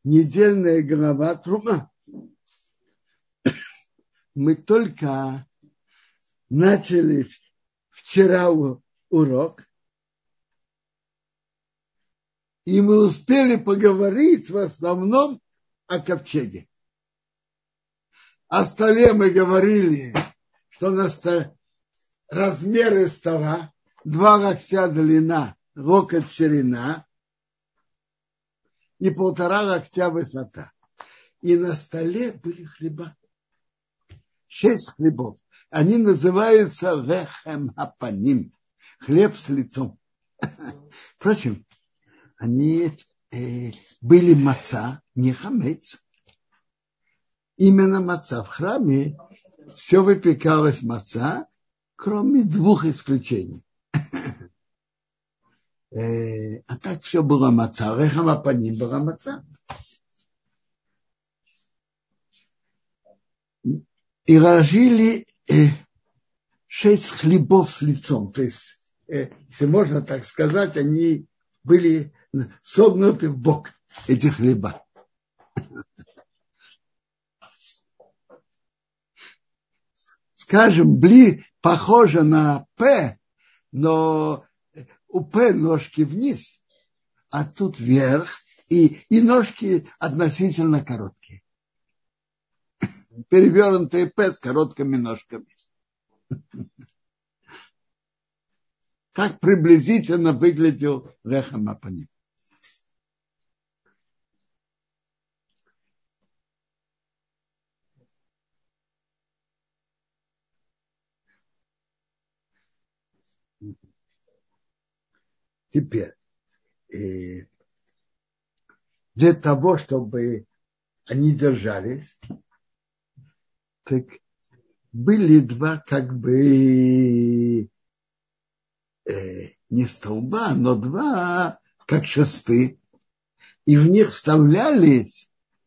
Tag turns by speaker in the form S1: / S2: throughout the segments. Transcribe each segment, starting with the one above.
S1: недельная глава Трума. Мы только начали вчера урок, и мы успели поговорить в основном о ковчеге. О столе мы говорили, что на столе размеры стола 2 локтя длина, локоть ширина и 1,5 локтя высота. И на столе были хлеба. 6 хлебов. Они называются лехем апаним. Хлеб с лицом. Впрочем, они были маца, не хамец. Именно маца. В храме все выпекалось маца, кроме 2 исключений. А так все было маца. Лехем апаним была маца. И ложили 6 хлебов с лицом. То есть, если можно так сказать, они были согнуты в бок, эти хлеба. Скажем, похоже на П, но у П ножки вниз, а тут вверх, и ножки относительно короткие. Перевернутые П с короткими ножками. Как приблизительно выглядел лехем апаним. Теперь, для того, чтобы они держались, так были 2 как бы не столба, но 2 как шесты, и в них вставлялись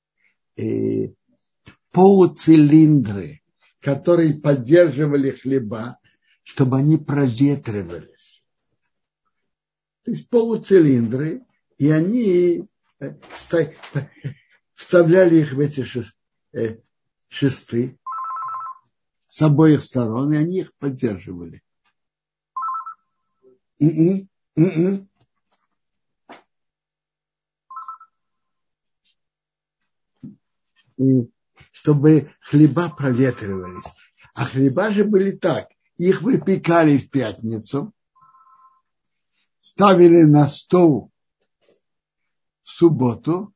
S1: полуцилиндры, которые поддерживали хлеба, чтобы они проветривались. То есть полуцилиндры, и они вставляли их в эти шесты с обоих сторон, и они их поддерживали. И чтобы хлеба проветривались. А хлеба же были так. Их выпекали в пятницу, ставили на стол в субботу,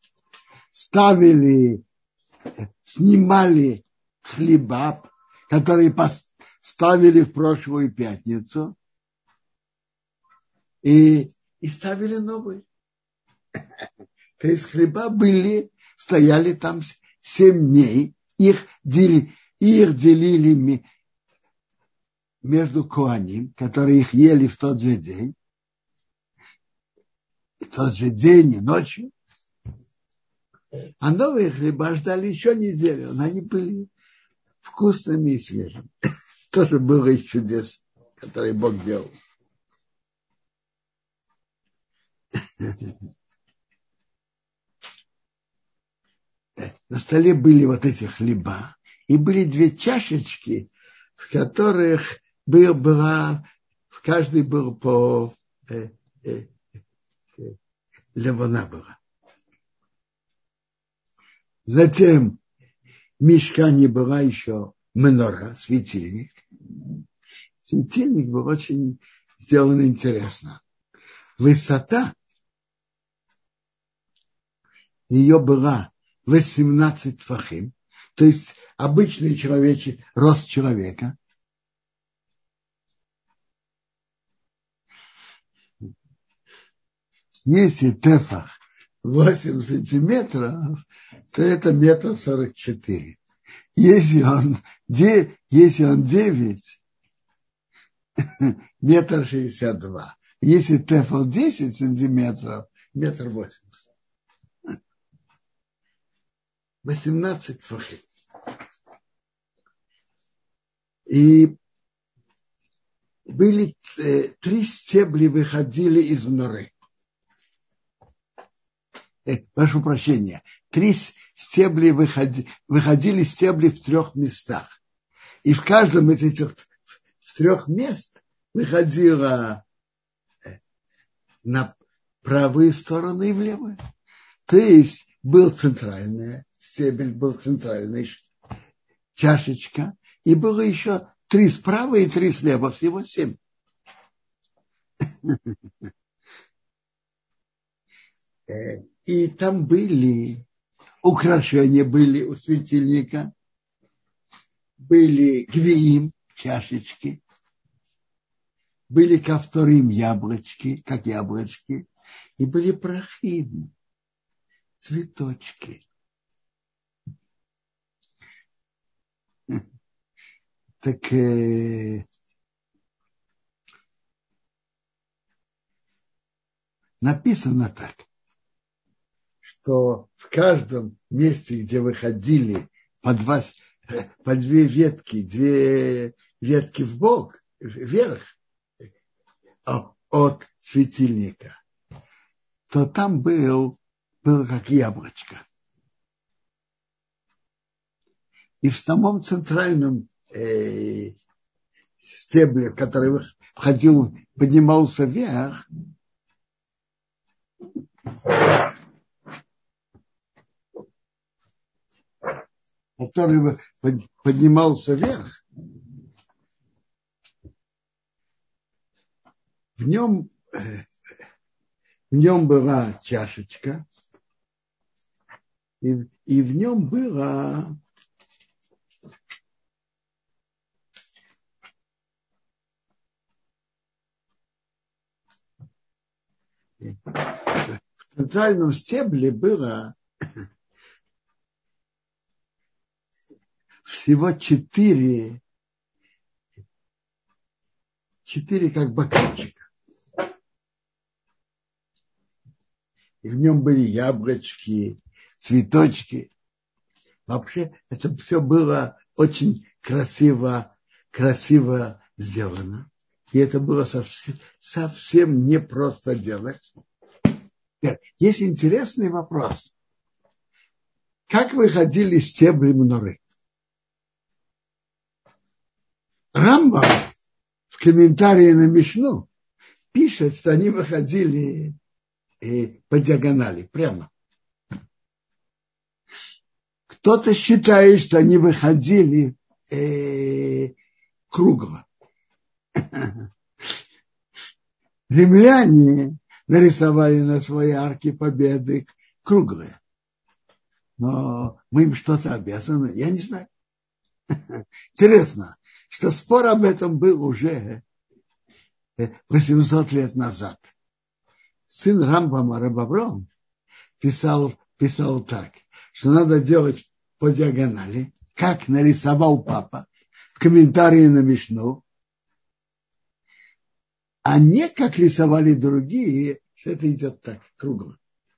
S1: снимали хлеба, которые ставили в прошлую пятницу, и ставили новые. То есть хлеба стояли там 7 дней, их делили между коаним, которые их ели в тот же день, и ночью. А новые хлеба ждали еще неделю, но они были вкусными и свежими. Тоже было из чудес, которые Бог делал. На столе были вот эти хлеба, и были 2 чашечки, в которых в каждой был по левона была. Затем в мишкане была еще менора, светильник. Светильник был очень сделан интересно. Высота ее была 18 тфахим, то есть обычный рост человека. Если тефах 8 сантиметров, то это 1,44 метра. Если он 9, 1,62 метра. Если тефах 10 сантиметров, 1,80 метра. 18 тфахим. И были 3 стебля выходили из норы. прошу прощения, 3 стебля выходили стебли в 3 местах. И в каждом из этих 3 мест выходила на правые стороны и в левые. То есть был центральный стебель, был центральная чашечка, и было еще 3 справа и 3 слева, всего 7. И там были украшения, были у светильника, были гвиим, чашечки, были кавторим, яблочки, как яблочки, и были прахим, цветочки. Так написано так, что в каждом месте, где выходили по 2 ветки, 2 ветки вверх от светильника, то там был как яблочко. И в самом центральном стебле, который поднимался вверх, который поднимался вверх, в нем была чашечка, и в нем было в центральном стебле было всего 4 как бокальчика. И в нем были яблочки, цветочки. Вообще это все было очень красиво сделано. И это было совсем непросто делать. Есть интересный вопрос. Как выходили стебли мноры? Рамбам в комментарии на Мишну пишет, что они выходили по диагонали, прямо. Кто-то считает, что они выходили кругло. Римляне нарисовали на своей арке победы круглые. Но мы им что-то обязаны, я не знаю. Интересно, что спор об этом был уже 800 лет назад. Сын Рамбама Рав Авром писал так, что надо делать по диагонали, как нарисовал папа в комментарии на Мишну, а не как рисовали другие, что это идет так, кругло.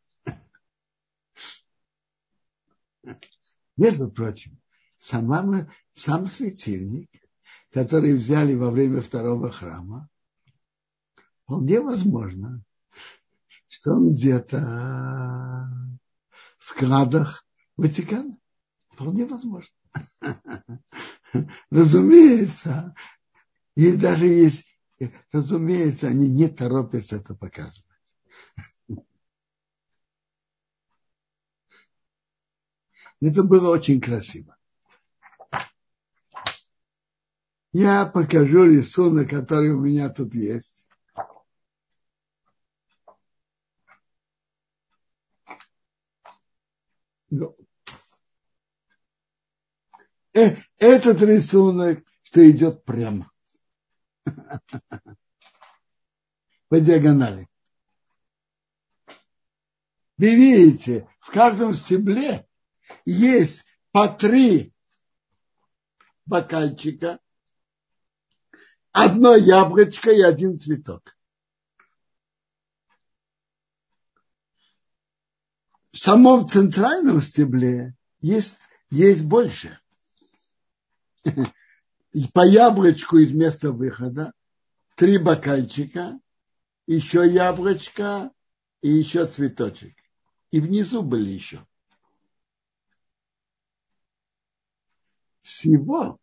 S1: Между прочим, сам светильник, который взяли во время второго храма, вполне возможно, что он где-то в кладах Ватикана. Вполне возможно. Разумеется, и даже есть, разумеется, они не торопятся это показывать. Это было очень красиво. Я покажу рисунок, который у меня тут есть. Этот рисунок, что идет прямо. По диагонали. Вы видите, в каждом стебле есть по 3 бокальчика, 1 яблочко и 1 цветок. В самом центральном стебле есть больше. По яблочку из места выхода, 3 бокальчика, еще яблочко и еще цветочек. и внизу были еще. Всего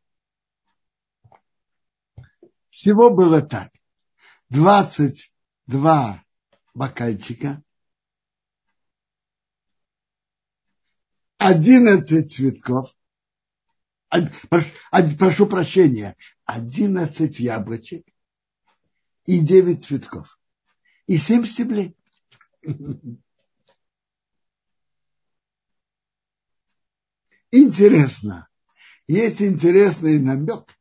S1: было так. 22 бокальчика, 11 цветков, прошу прощения, 11 яблочек и 9 цветков. И 7 стеблей. Интересно. Есть интересный намек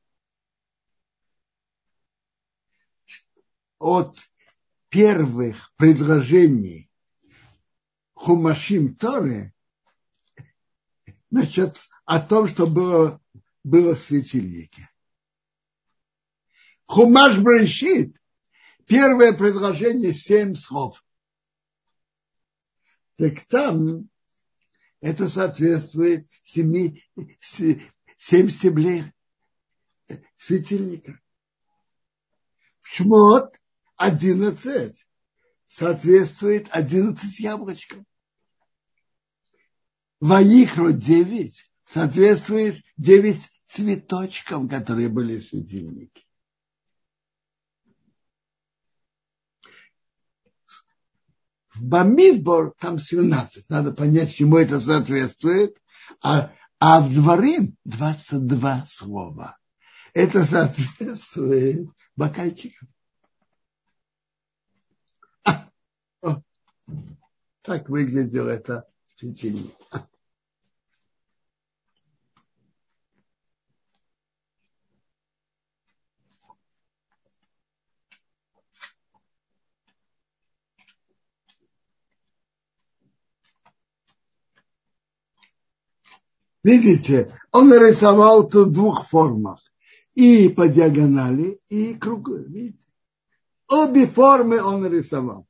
S1: от первых предложений Хумашим Торы насчет о том, что было в светильнике. Хумаш Брешит, первое предложение 7 слов. Так там это соответствует 7 стеблей светильника. В Шмот 11 соответствует 11 яблочкам. Ваихро 9 соответствует 9 цветочкам, которые были в светильнике. В Бамидбор там 17. Надо понять, чему это соответствует. А в Дворим 22 слова. Это соответствует бокальчикам. Так выглядел это светильник. Видите, он нарисовал тут в 2 формах. И по диагонали, и круглый. Видите? Обе формы он нарисовал.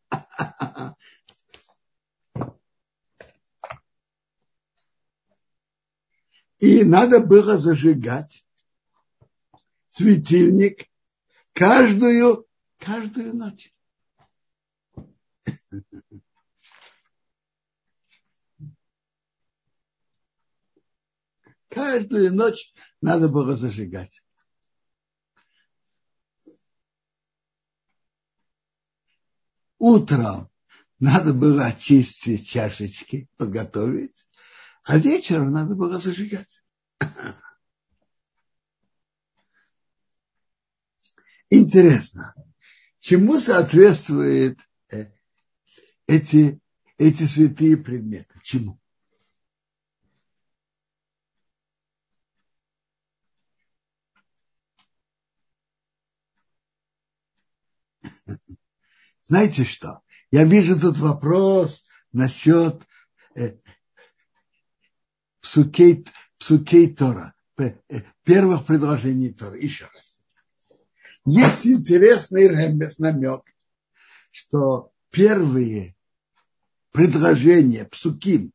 S1: И надо было зажигать светильник каждую ночь. Каждую ночь надо было зажигать. Утром надо было очистить чашечки, подготовить, а вечером надо было зажигать. Интересно, чему соответствуют эти святые предметы? Чему? Знаете что? Я вижу тут вопрос насчет псукей Тора, первых предложений Тора. Еще раз. Есть интересный намек, что первые предложения псуким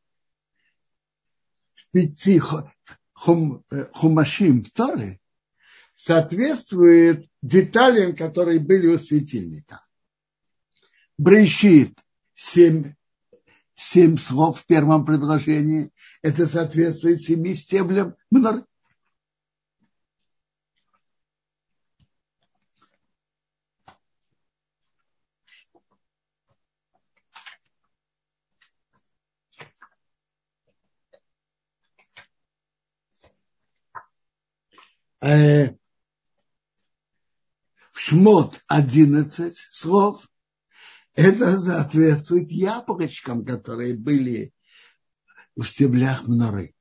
S1: в 5 хумашим Торы соответствуют деталям, которые были у светильника. Брешит 7 слов в первом предложении. Это соответствует 7 стеблям мноры. В Шмот 11 слов. Это соответствует яблочкам, которые были в стеблях мноры.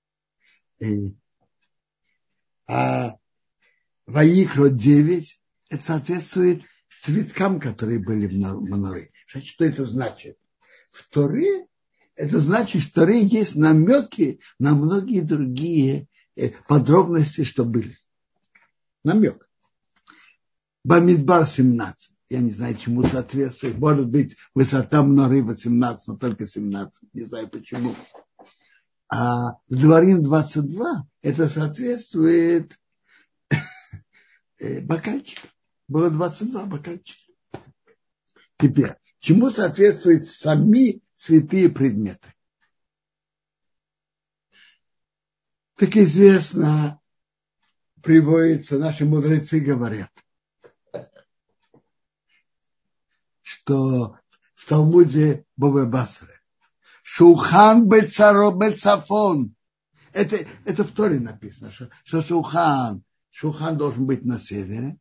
S1: А Ваикро 9 это соответствует цветкам, которые были в мноры. Что это значит? В Торе это значит, что в Торе есть намеки на многие другие подробности, что были. Намек. Бамидбар 17. Я не знаю, чему соответствует. Может быть, высота мноры 18, но только 17. Не знаю, почему. А в Дворим 22 это соответствует бокальчикам. Было 22 бокальчика. Теперь, чему соответствуют сами святые предметы. Так известно, приводится, наши мудрецы говорят, что в Талмуде Баве Басре Шулхан бецафон. Это в Торе написано, что Шулхан должен быть на севере,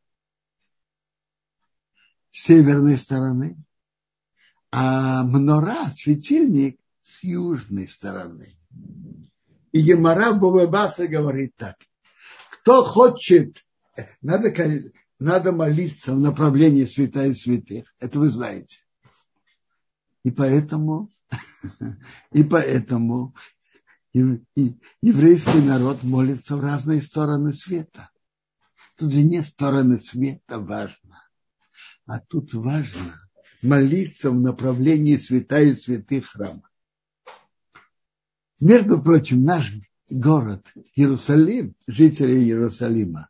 S1: с северной стороны, а мнора, светильник, с южной стороны. И Гемара Баве Басре говорит так. Кто хочет, надо молиться в направлении святая святых. Это вы знаете. И поэтому еврейский народ молится в разные стороны света. Тут же не стороны света важно, а тут важно молиться в направлении святая святых храма. Между прочим, наш город Иерусалим, жители Иерусалима,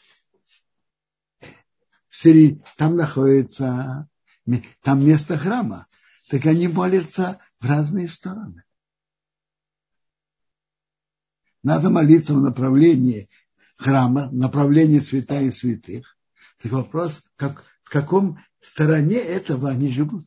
S1: там находится, там место храма, так они молятся в разные стороны. Надо молиться в направлении храма, в направлении святая святых. Так вопрос, в каком стороне этого они живут?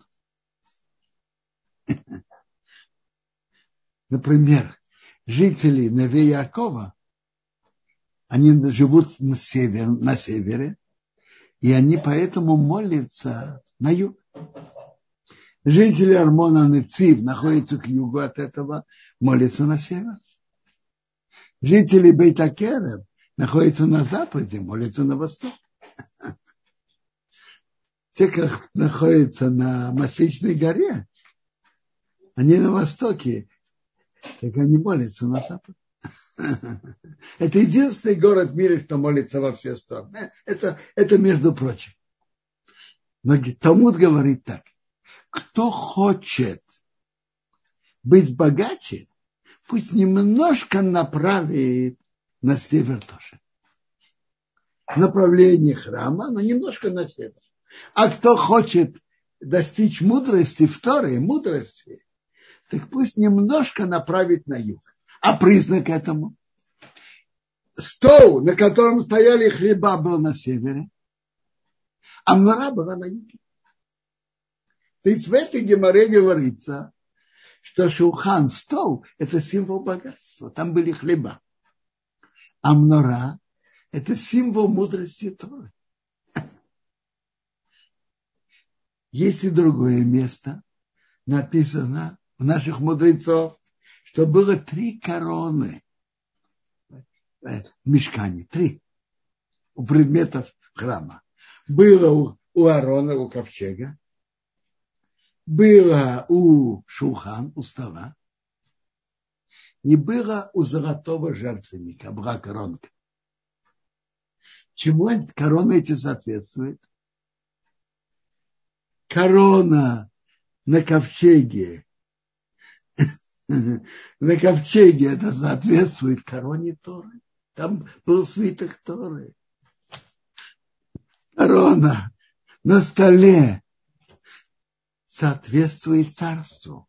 S1: Например, жители Неве Якова, они живут на севере, и они поэтому молятся на юг. Жители Армона Нецив находятся к югу от этого, молятся на север. Жители Бейт-Акерев находятся на западе, молятся на восток. Те, как находятся на Масличной горе, они на востоке, так они молятся на запад. Это единственный город в мире, что молится во все стороны. Это между прочим. Но Талмуд говорит так. Кто хочет быть богаче, пусть немножко направит на север тоже. Направление храма, но немножко на север. А кто хочет достичь мудрости, мудрости, так пусть немножко направит на юг. А признак этому? Стол, на котором стояли хлеба, был на севере, а мнора была на юге. То есть в этой гемаре говорится, что шулхан, стол, это символ богатства. Там были хлеба. А мнора – это символ мудрости Торы. Есть и другое место, написано у наших мудрецов, что было 3 короны в мишкане, 3 у предметов храма. Было у Аарона, у ковчега, было у шулхан, у стола, и было у золотого жертвенника, была коронка. Чему короны эти соответствуют? Корона на ковчеге. На ковчеге это соответствует короне Торы. Там был свиток Торы. Корона на столе соответствует царству.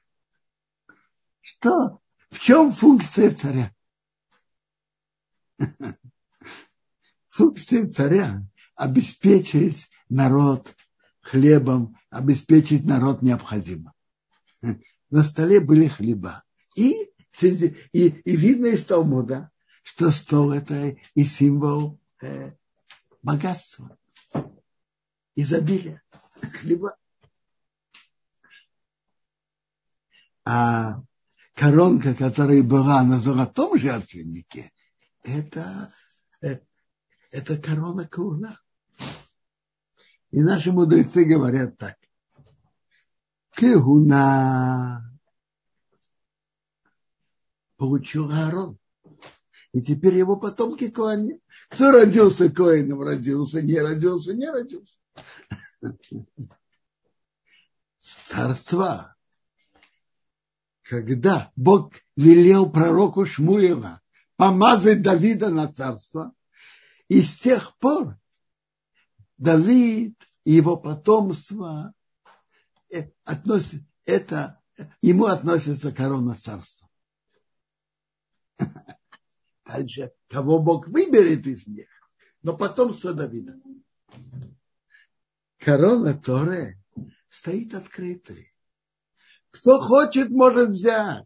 S1: Что? В чем функция царя? Функция царя – обеспечить народ хлебом, обеспечить народ необходимо. На столе были хлеба. И видно из Талмуда, что стол – это и символ богатства, изобилия, хлеба. А коронка, которая была на золотом жертвеннике, это корона кауна. И наши мудрецы говорят так. Кауна получил Аарон. И теперь его потомки коаним. Кто родился коином, родился, не родился, не родился. Царство. Когда Бог велел пророку Шмуила помазать Давида на царство, и с тех пор Давид и его потомство относят это ему относится корона царства. Дальше, кого Бог выберет из них, но потомство Давида. Корона Торы стоит открытой. Кто хочет, может взять.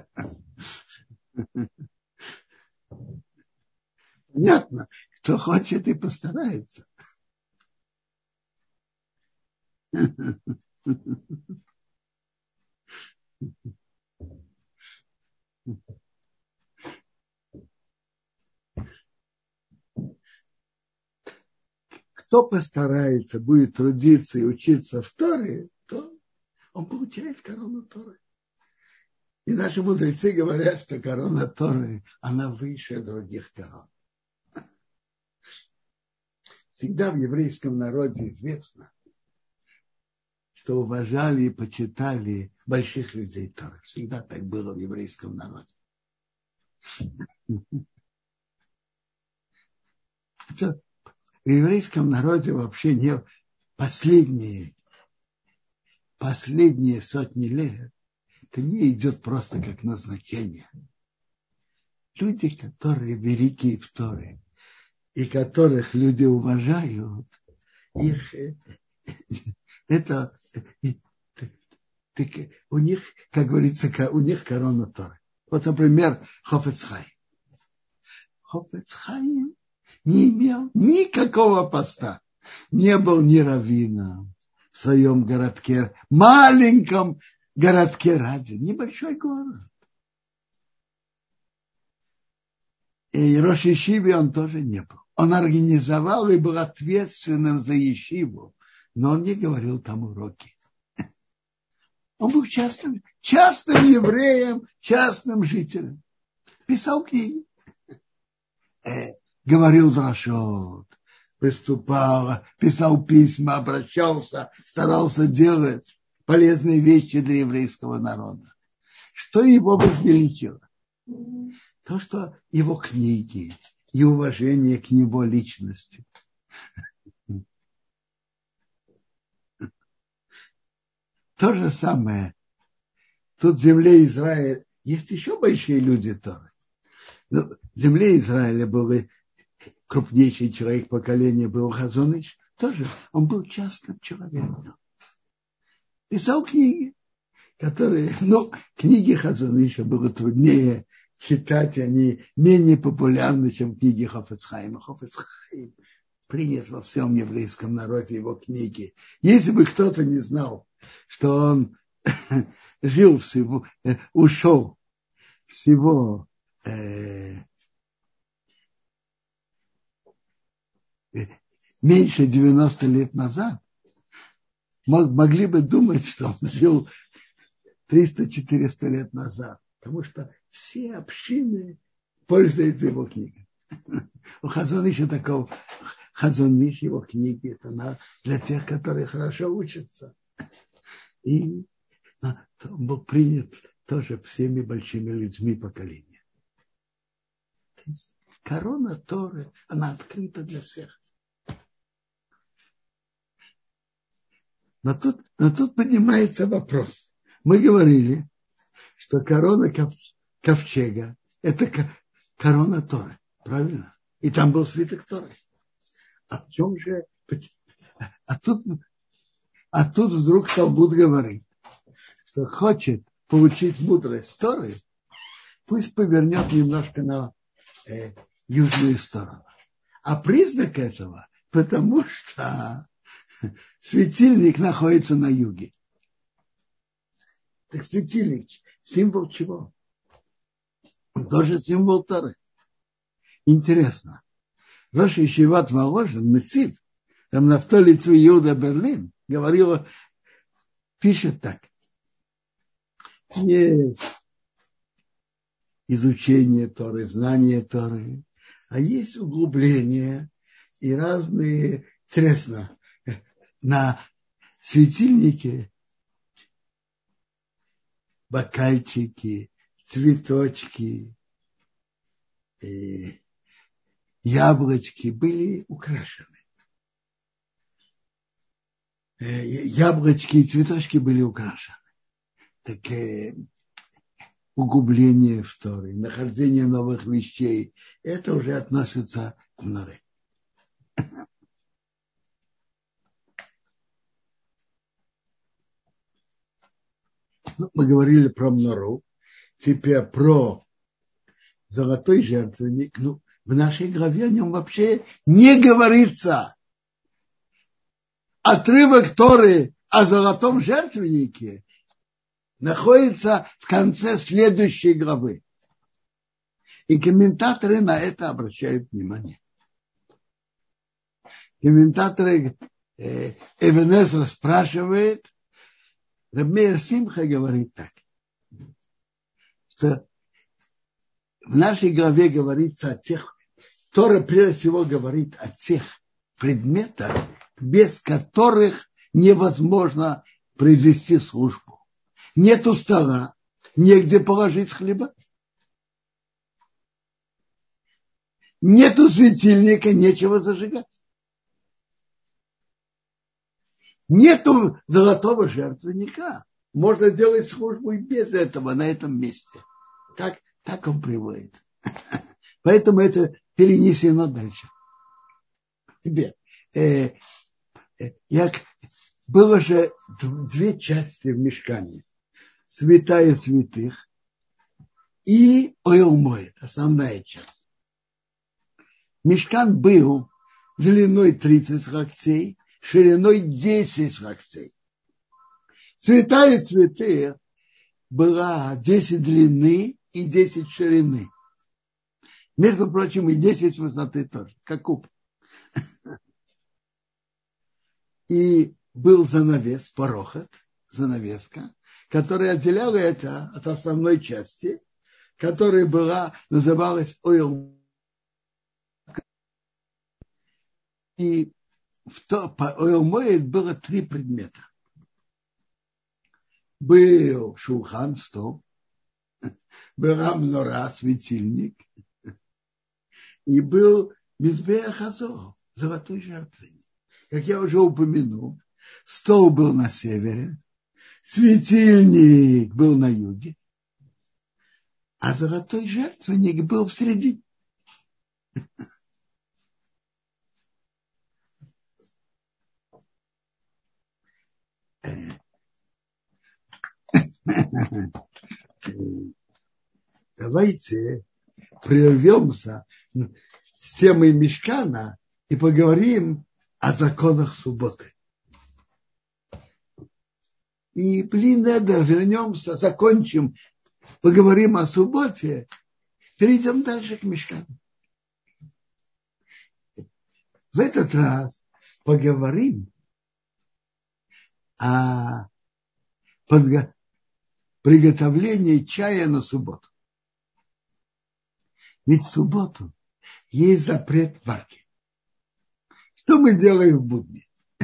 S1: Понятно. Кто хочет и постарается. Кто постарается, будет трудиться и учиться в Торе, то он получает корону Торы. И наши мудрецы говорят, что корона Торы, она выше других корон. Всегда в еврейском народе известно, что уважали и почитали больших людей Торы. Всегда так было в еврейском народе. В еврейском народе вообще не последние сотни лет это не идет просто как назначение. Люди, которые великие в Торе, и которых люди уважают, их это у них, как говорится, у них корона Торы. Вот, например, Хофец Хаим. Хофец Хаим не имел никакого поста. Не был ни раввином в своем городке, маленьком городке Ради, небольшой город. И Рош Ешивы он тоже не был. Он организовал и был ответственным за Ешиву, но он не говорил там уроки. Он был частным евреем, частным жителем. Писал книги. Говорил драшот, выступал, писал письма, обращался, старался делать полезные вещи для еврейского народа. Что его возвеличило? То, что его книги и уважение к его личности. То же самое. Тут в земле Израиля есть еще большие люди Торы. Но в земле Израиля был крупнейший человек поколения, был Хазон Иш. Тоже он был частным человеком. Писал книги, которые, книги Хазон Иша было труднее читать, они менее популярны, чем книги Хофец Хаима. Хофец Хаим принят во всем еврейском народе его книги. Если бы кто-то не знал, что он ушел всего меньше 90 лет назад, могли бы думать, что он жил 300-400 лет назад, потому что все общины пользуются его книгой. У Хазон Иша такого, Хазон Иш, его книги, это для тех, которые хорошо учатся. И он был принят тоже всеми большими людьми поколения. Корона Торы, она открыта для всех. Но тут поднимается вопрос. Мы говорили, что корона ковчега – это корона Торы, правильно? И там был свиток Торы. А в чем же? А тут вдруг Талмуд говорит, что хочет получить мудрость Торы, пусть повернет немножко на южную сторону. А признак этого, потому что светильник находится на юге. Так светильник – символ чего? Он тоже символ Торы. Интересно. Рош Ешиват Воложен, Мецид, там Нафтали Цви Иуда Берлин, пишет так. Есть изучение Торы, знание Торы, а есть углубление и разные, интересно, на светильнике бокальчики, цветочки, яблочки были украшены. Яблочки и цветочки были украшены. Так углубление в Торе, нахождение новых вещей, это уже относится к Норе. Ну, мы говорили про Нору, теперь про золотой жертвенник. Ну, в нашей главе о нем вообще не говорится. Отрывок Торы о золотом жертвеннике находится в конце следующей главы. И комментаторы на это обращают внимание. Комментаторы Эбен Эзра спрашивает, Рав Меир Симха говорит так, что в нашей главе говорится о тех, Тора прежде всего говорит о тех предметах, без которых невозможно произвести службу. Нету стола, негде положить хлеба. Нету светильника, нечего зажигать. Нету золотого жертвенника. Можно делать службу и без этого на этом месте. Так он приводит. Поэтому это перенесено дальше. Теперь, было же две части в мишкане. Святая святых и Оэл Моэд, основная часть. Мишкан был длиной 30 локтей, шириной 10 локтей. Святая святых была 10 длины и 10 ширины. Между прочим, и 10 высоты тоже, как куб. И был занавес, порохот, занавеска, которая отделяла это от основной части, которая называлась Ойл. И по Ойл Моэд было 3 предмета. Был шулхан, стол, была мнора, светильник, и был мизбеах азор, золотой жертвенник. Как я уже упомянул, стол был на севере, светильник был на юге, а золотой жертвенник был в середине. Давайте прервемся с темой мишкана и поговорим о законах субботы. И вернемся, закончим, поговорим о субботе, перейдем дальше к мишкану. В этот раз поговорим о приготовлении чая на субботу. Ведь в субботу есть запрет варки. Что мы делаем в будни?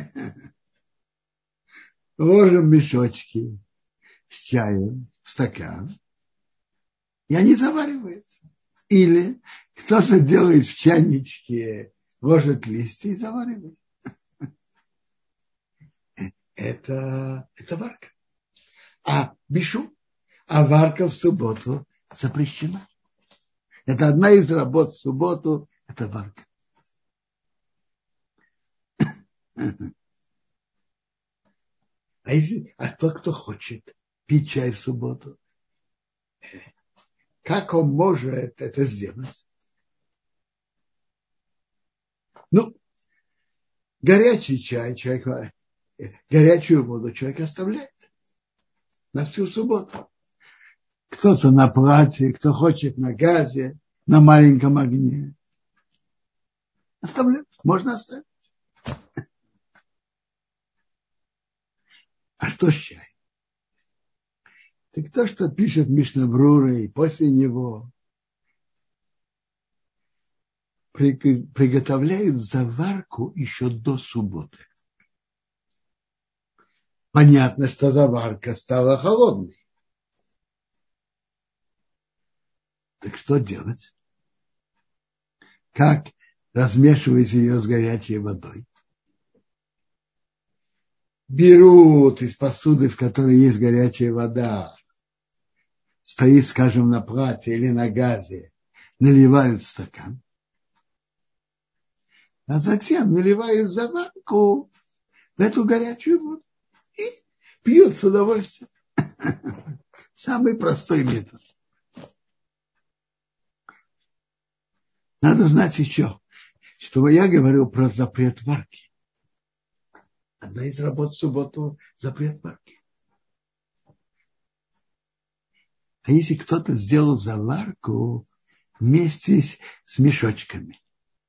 S1: Ложим мешочки с чаем в стакан, и они завариваются. Или кто-то делает в чайничке, ложит листья и заваривает. Это варка. А варка в субботу запрещена. Это одна из работ в субботу, это варка. А тот, кто хочет пить чай в субботу, как он может это сделать? Ну, горячий чай, горячую воду человек оставляет на всю субботу. Кто-то на платье, кто хочет на газе, на маленьком огне. Оставляет, можно оставить. А что с чаем? Так то, что пишет Мишна Брура, и после него приготовляют заварку еще до субботы. Понятно, что заварка стала холодной. Так что делать? Как размешивать ее с горячей водой? берут из посуды, в которой есть горячая вода, стоит, скажем, на плате или на газе, наливают в стакан, а затем наливают заварку в эту горячую воду и пьют с удовольствием. Самый простой метод. Надо знать еще, что я говорил про запрет варки. Одна из работ в субботу – запрет варки. А если кто-то сделал заварку вместе с мешочками,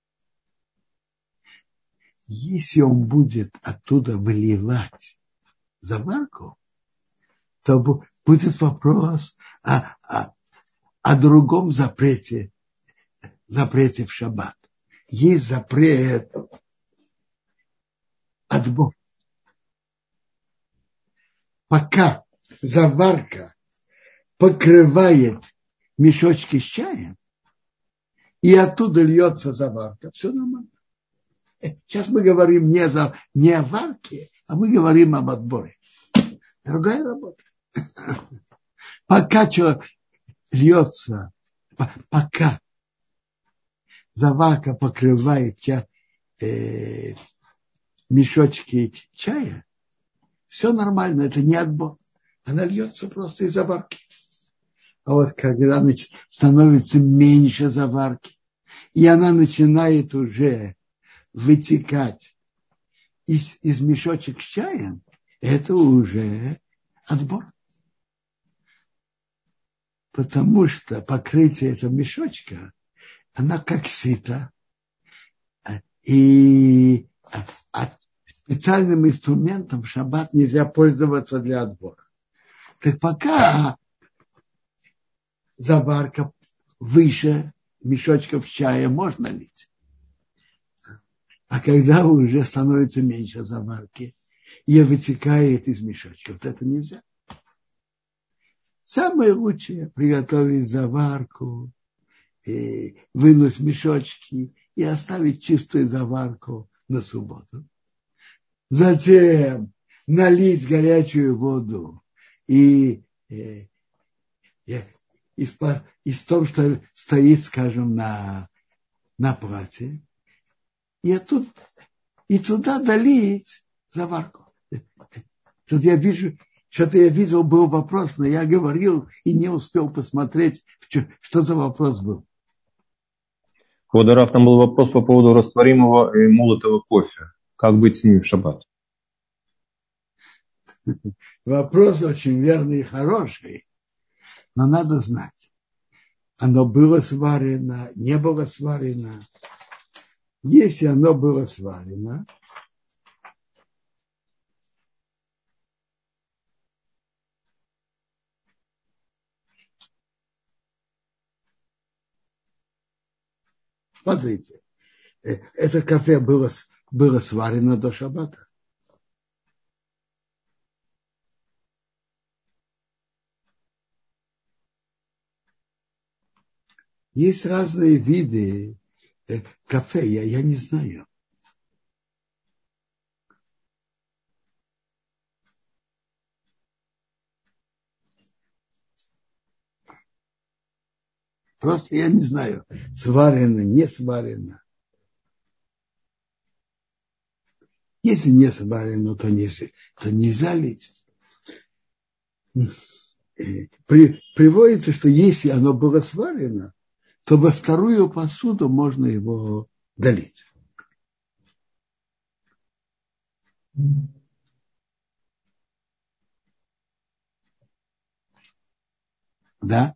S1: если он будет оттуда выливать заварку, то будет вопрос о другом запрете в шаббат. Есть запрет отбор. Пока заварка покрывает мешочки с чаем, и оттуда льется заварка, все нормально. Сейчас мы говорим не о варке, а мы говорим об отборе. Другая работа. Пока льется, пока заварка покрывает мешочки чая, все нормально, это не отбор. Она льется просто из заварки. А вот когда становится меньше заварки, и она начинает уже вытекать из мешочек с чаем, это уже отбор. Потому что покрытие этого мешочка, она как сито, и специальным инструментом в шаббат нельзя пользоваться для отбора. Так пока заварка выше мешочков чая можно лить. А когда уже становится меньше заварки и вытекает из мешочков, это нельзя. Самое лучшее приготовить заварку, и вынуть мешочки и оставить чистую заварку на субботу. Затем налить горячую воду и из того, что стоит, скажем, на плате, и туда долить заварку. Тут я видел, был вопрос, но я говорил и не успел посмотреть, что за вопрос был.
S2: Квод ар, там был вопрос по поводу растворимого и молотого кофе. Как быть с ним в шаббат?
S1: Вопрос очень верный и хороший, но надо знать, оно было сварено, не было сварено. Если оно было сварено, смотрите, это кафе было сварено до шаббата. Есть разные виды кафе, я не знаю. Просто я не знаю, сварено, не сварено. Если не сварено, то нельзя лить. Приводится, что если оно было сварено, то во вторую посуду можно его долить. Да?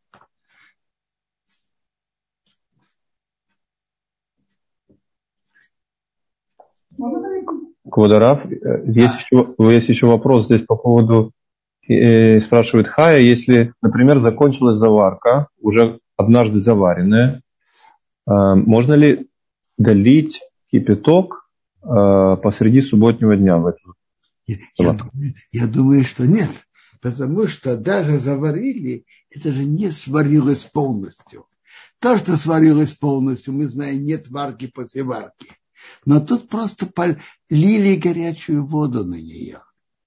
S2: Квод ар, есть еще вопрос здесь по поводу, спрашивает Хая, если, например, закончилась заварка, уже однажды заваренная, можно ли долить кипяток посреди субботнего дня в эту заварку?
S1: Я думаю, что нет. Потому что даже заварили, это же не сварилось полностью. То, что сварилось полностью, мы знаем, нет варки после варки. Но тут просто полили горячую воду на нее.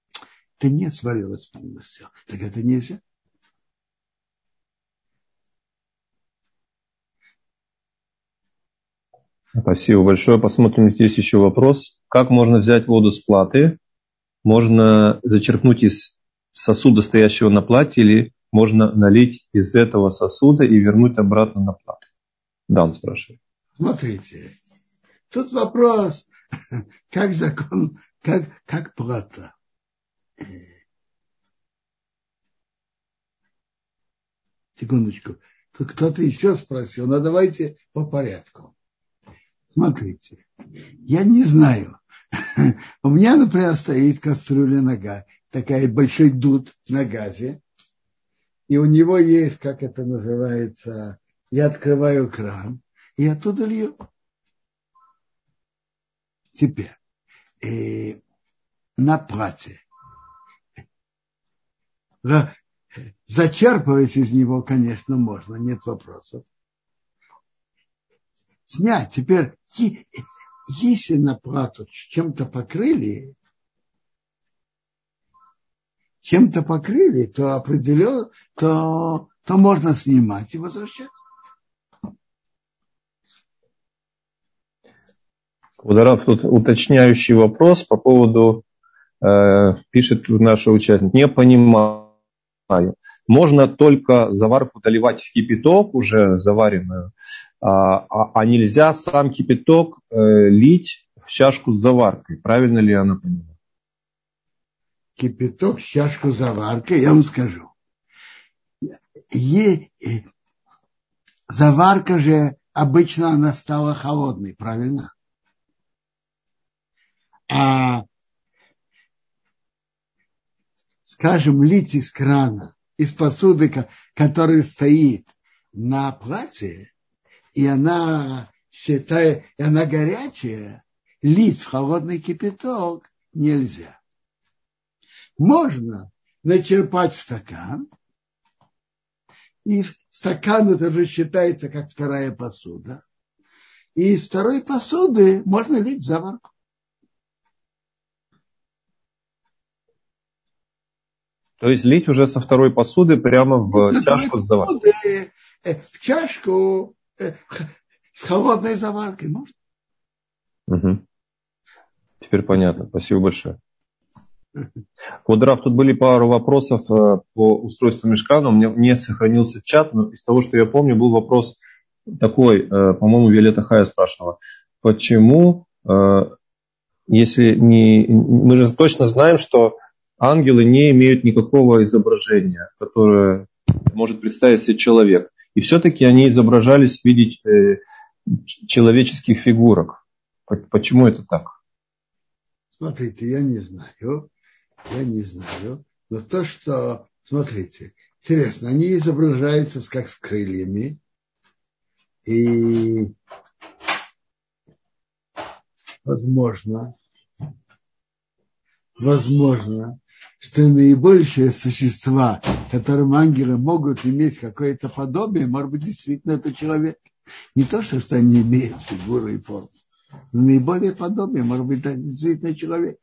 S1: это не сварилось полностью. Так это нельзя.
S2: Спасибо большое. Посмотрим, здесь еще вопрос. Как можно взять воду с платы? Можно зачерпнуть из сосуда, стоящего на плате, или можно налить из этого сосуда и вернуть обратно на плату? Дан спрашивает.
S1: Смотрите, тут вопрос, как закон, как плата. Секундочку. Тут кто-то еще спросил, но давайте по порядку. Смотрите, я не знаю. У меня, например, стоит кастрюля на газе, такая большой дуд на газе, и у него есть, как это называется, я открываю кран, и оттуда лью. Теперь, на плате зачерпывать из него, конечно, можно, нет вопросов. Снять. Теперь, если на плату чем-то покрыли, то определенно, то можно снимать и возвращать.
S2: Ударав, тут уточняющий вопрос по поводу, пишет наш участник, не понимаю. Можно только заварку доливать в кипяток, уже заваренную, а нельзя сам кипяток лить в чашку с заваркой. Правильно ли она поняла?
S1: Кипяток в чашку с заваркой, я вам скажу. Заварка же обычно она стала холодной, правильно? А, скажем, лить из крана, из посуды, которая стоит на плате, и она горячая, лить в холодный кипяток нельзя. Можно начерпать в стакан, и стакан это же считается как вторая посуда. И из второй посуды можно лить заварку.
S2: То есть лить уже со второй посуды прямо в чашку с заваркой?
S1: В чашку с холодной заваркой можно.
S2: Угу. Теперь понятно. Спасибо большое. Вот, Раф, тут были пару вопросов по устройству мишкана. У меня не сохранился чат, но из того, что я помню, был вопрос такой, по-моему, Виолетта Хая спрашивала. Почему, если не... Мы же точно знаем, что ангелы не имеют никакого изображения, которое может представить себе человек. И все-таки они изображались в виде человеческих фигурок. Почему это так?
S1: Смотрите, я не знаю. Но то, что... Смотрите, интересно, они изображаются как с крыльями. И возможно, что наибольшие существа, которым ангелы могут иметь какое-то подобие, может быть, действительно это человек. Не то, что они имеют фигуру и форму, но наиболее подобие, может быть, это действительно человек.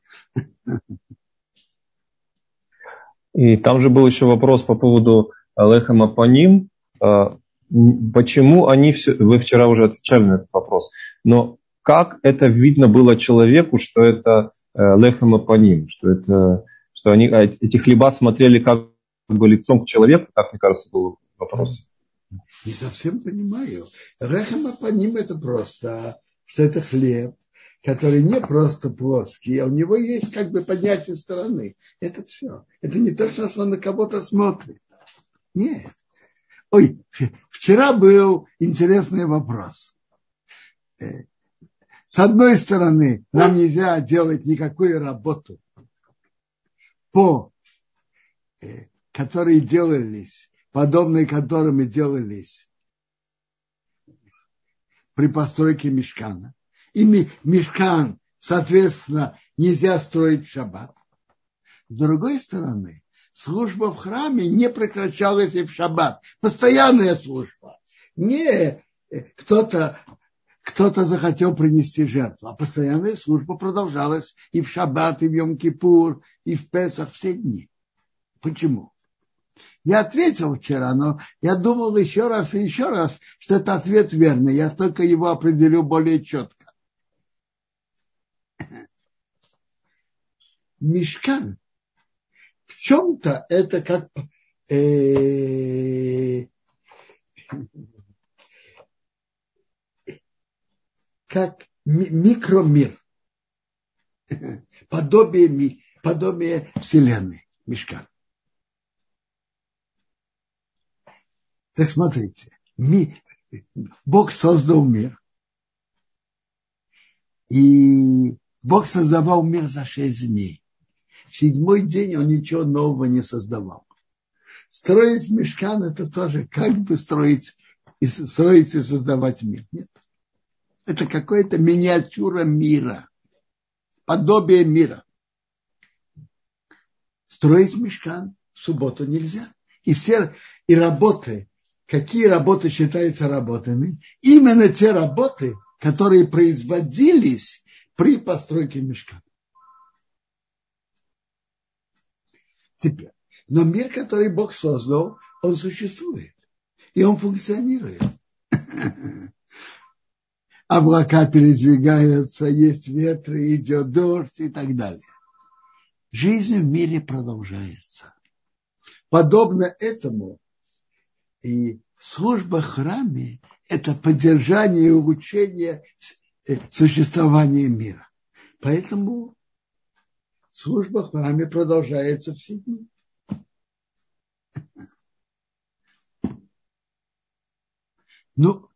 S2: И там же был еще вопрос по поводу лехем апаним. Почему они все... Вы вчера уже отвечали на этот вопрос. Но как это видно было человеку, что это лехем апаним, что они эти хлеба смотрели как бы лицом к человеку? Так, мне кажется, был вопрос.
S1: Не совсем понимаю. Лехем апаним это просто, что это хлеб, который не просто плоский, а у него есть как бы поднятие стороны. Это все. Это не то, что он на кого-то смотрит. Нет. Ой, вчера был интересный вопрос. С одной стороны, нам нельзя делать никакую работу, которые делались, подобные которым и делались при постройке мишкана. И мишкан, соответственно, нельзя строить в шаббат. С другой стороны, служба в храме не прекращалась и в шаббат. Постоянная служба. Не кто-то кто-то захотел принести жертву, а постоянная служба продолжалась и в Шаббат, и в Йом-Кипур, и в Песах, все дни. Почему? Я ответил вчера, но я думал еще раз и еще раз, что это ответ верный. Я только его определю более четко. Мишкан в чем-то это как микромир, подобие Вселенной, Мишкан. Так смотрите, Бог создал мир, и Бог создавал мир за 6 дней. В 7-й день он ничего нового не создавал. Строить мишкан – это тоже как бы строить и создавать мир. Нет. Это какая-то миниатюра мира, подобие мира. Строить мишкан в субботу нельзя. И работы, какие работы считаются работами? Именно те работы, которые производились при постройке мишкана. Теперь, но мир, который Бог создал, он существует. И он функционирует. Облака передвигаются, есть ветры, идет дождь и так далее. Жизнь в мире продолжается. Подобно этому и служба в храме – это поддержание и улучшение существования мира. Поэтому служба в храме продолжается все дни. Ну,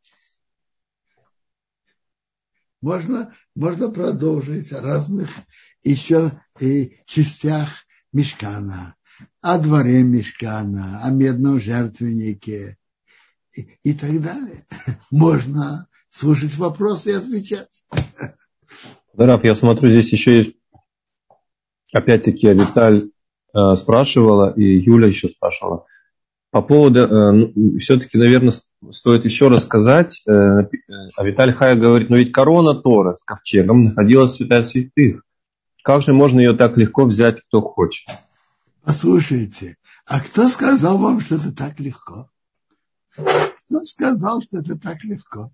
S1: можно продолжить о разных еще частях мишкана, о дворе мишкана, о медном жертвеннике и так далее. Можно слушать вопросы и отвечать.
S2: Раф, я смотрю, здесь еще есть, опять-таки, Авиталь спрашивала, и Юля еще спрашивала. По поводу, все-таки, наверное, стоит еще рассказать, Авиталь Хая говорит, но ведь корона Тора с ковчегом находилась в святая святых. Как же можно ее так легко взять, кто хочет?
S1: Послушайте, а кто сказал вам, что это так легко? Кто сказал, что это так легко?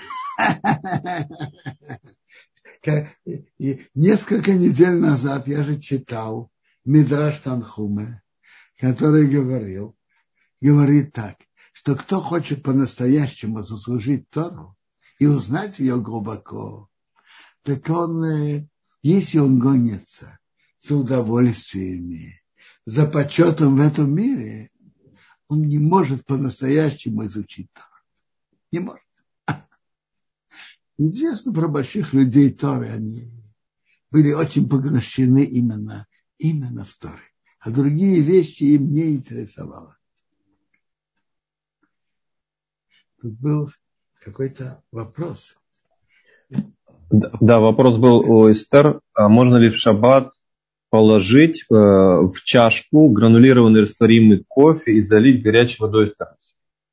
S1: Несколько недель назад я же читал Мидраш Танхуме, который говорит так, что кто хочет по-настоящему заслужить Тору и узнать ее глубоко, так он, если он гонится за удовольствиями, за почетом в этом мире, он не может по-настоящему изучить Тору. Не может. Известно про больших людей Торы, они были очень поглощены именно в Торе. А другие вещи им не интересовало. Тут был какой-то вопрос.
S2: Да, вопрос был у Эстер. А можно ли в шаббат положить в чашку гранулированный растворимый кофе и залить горячей водой из термоса?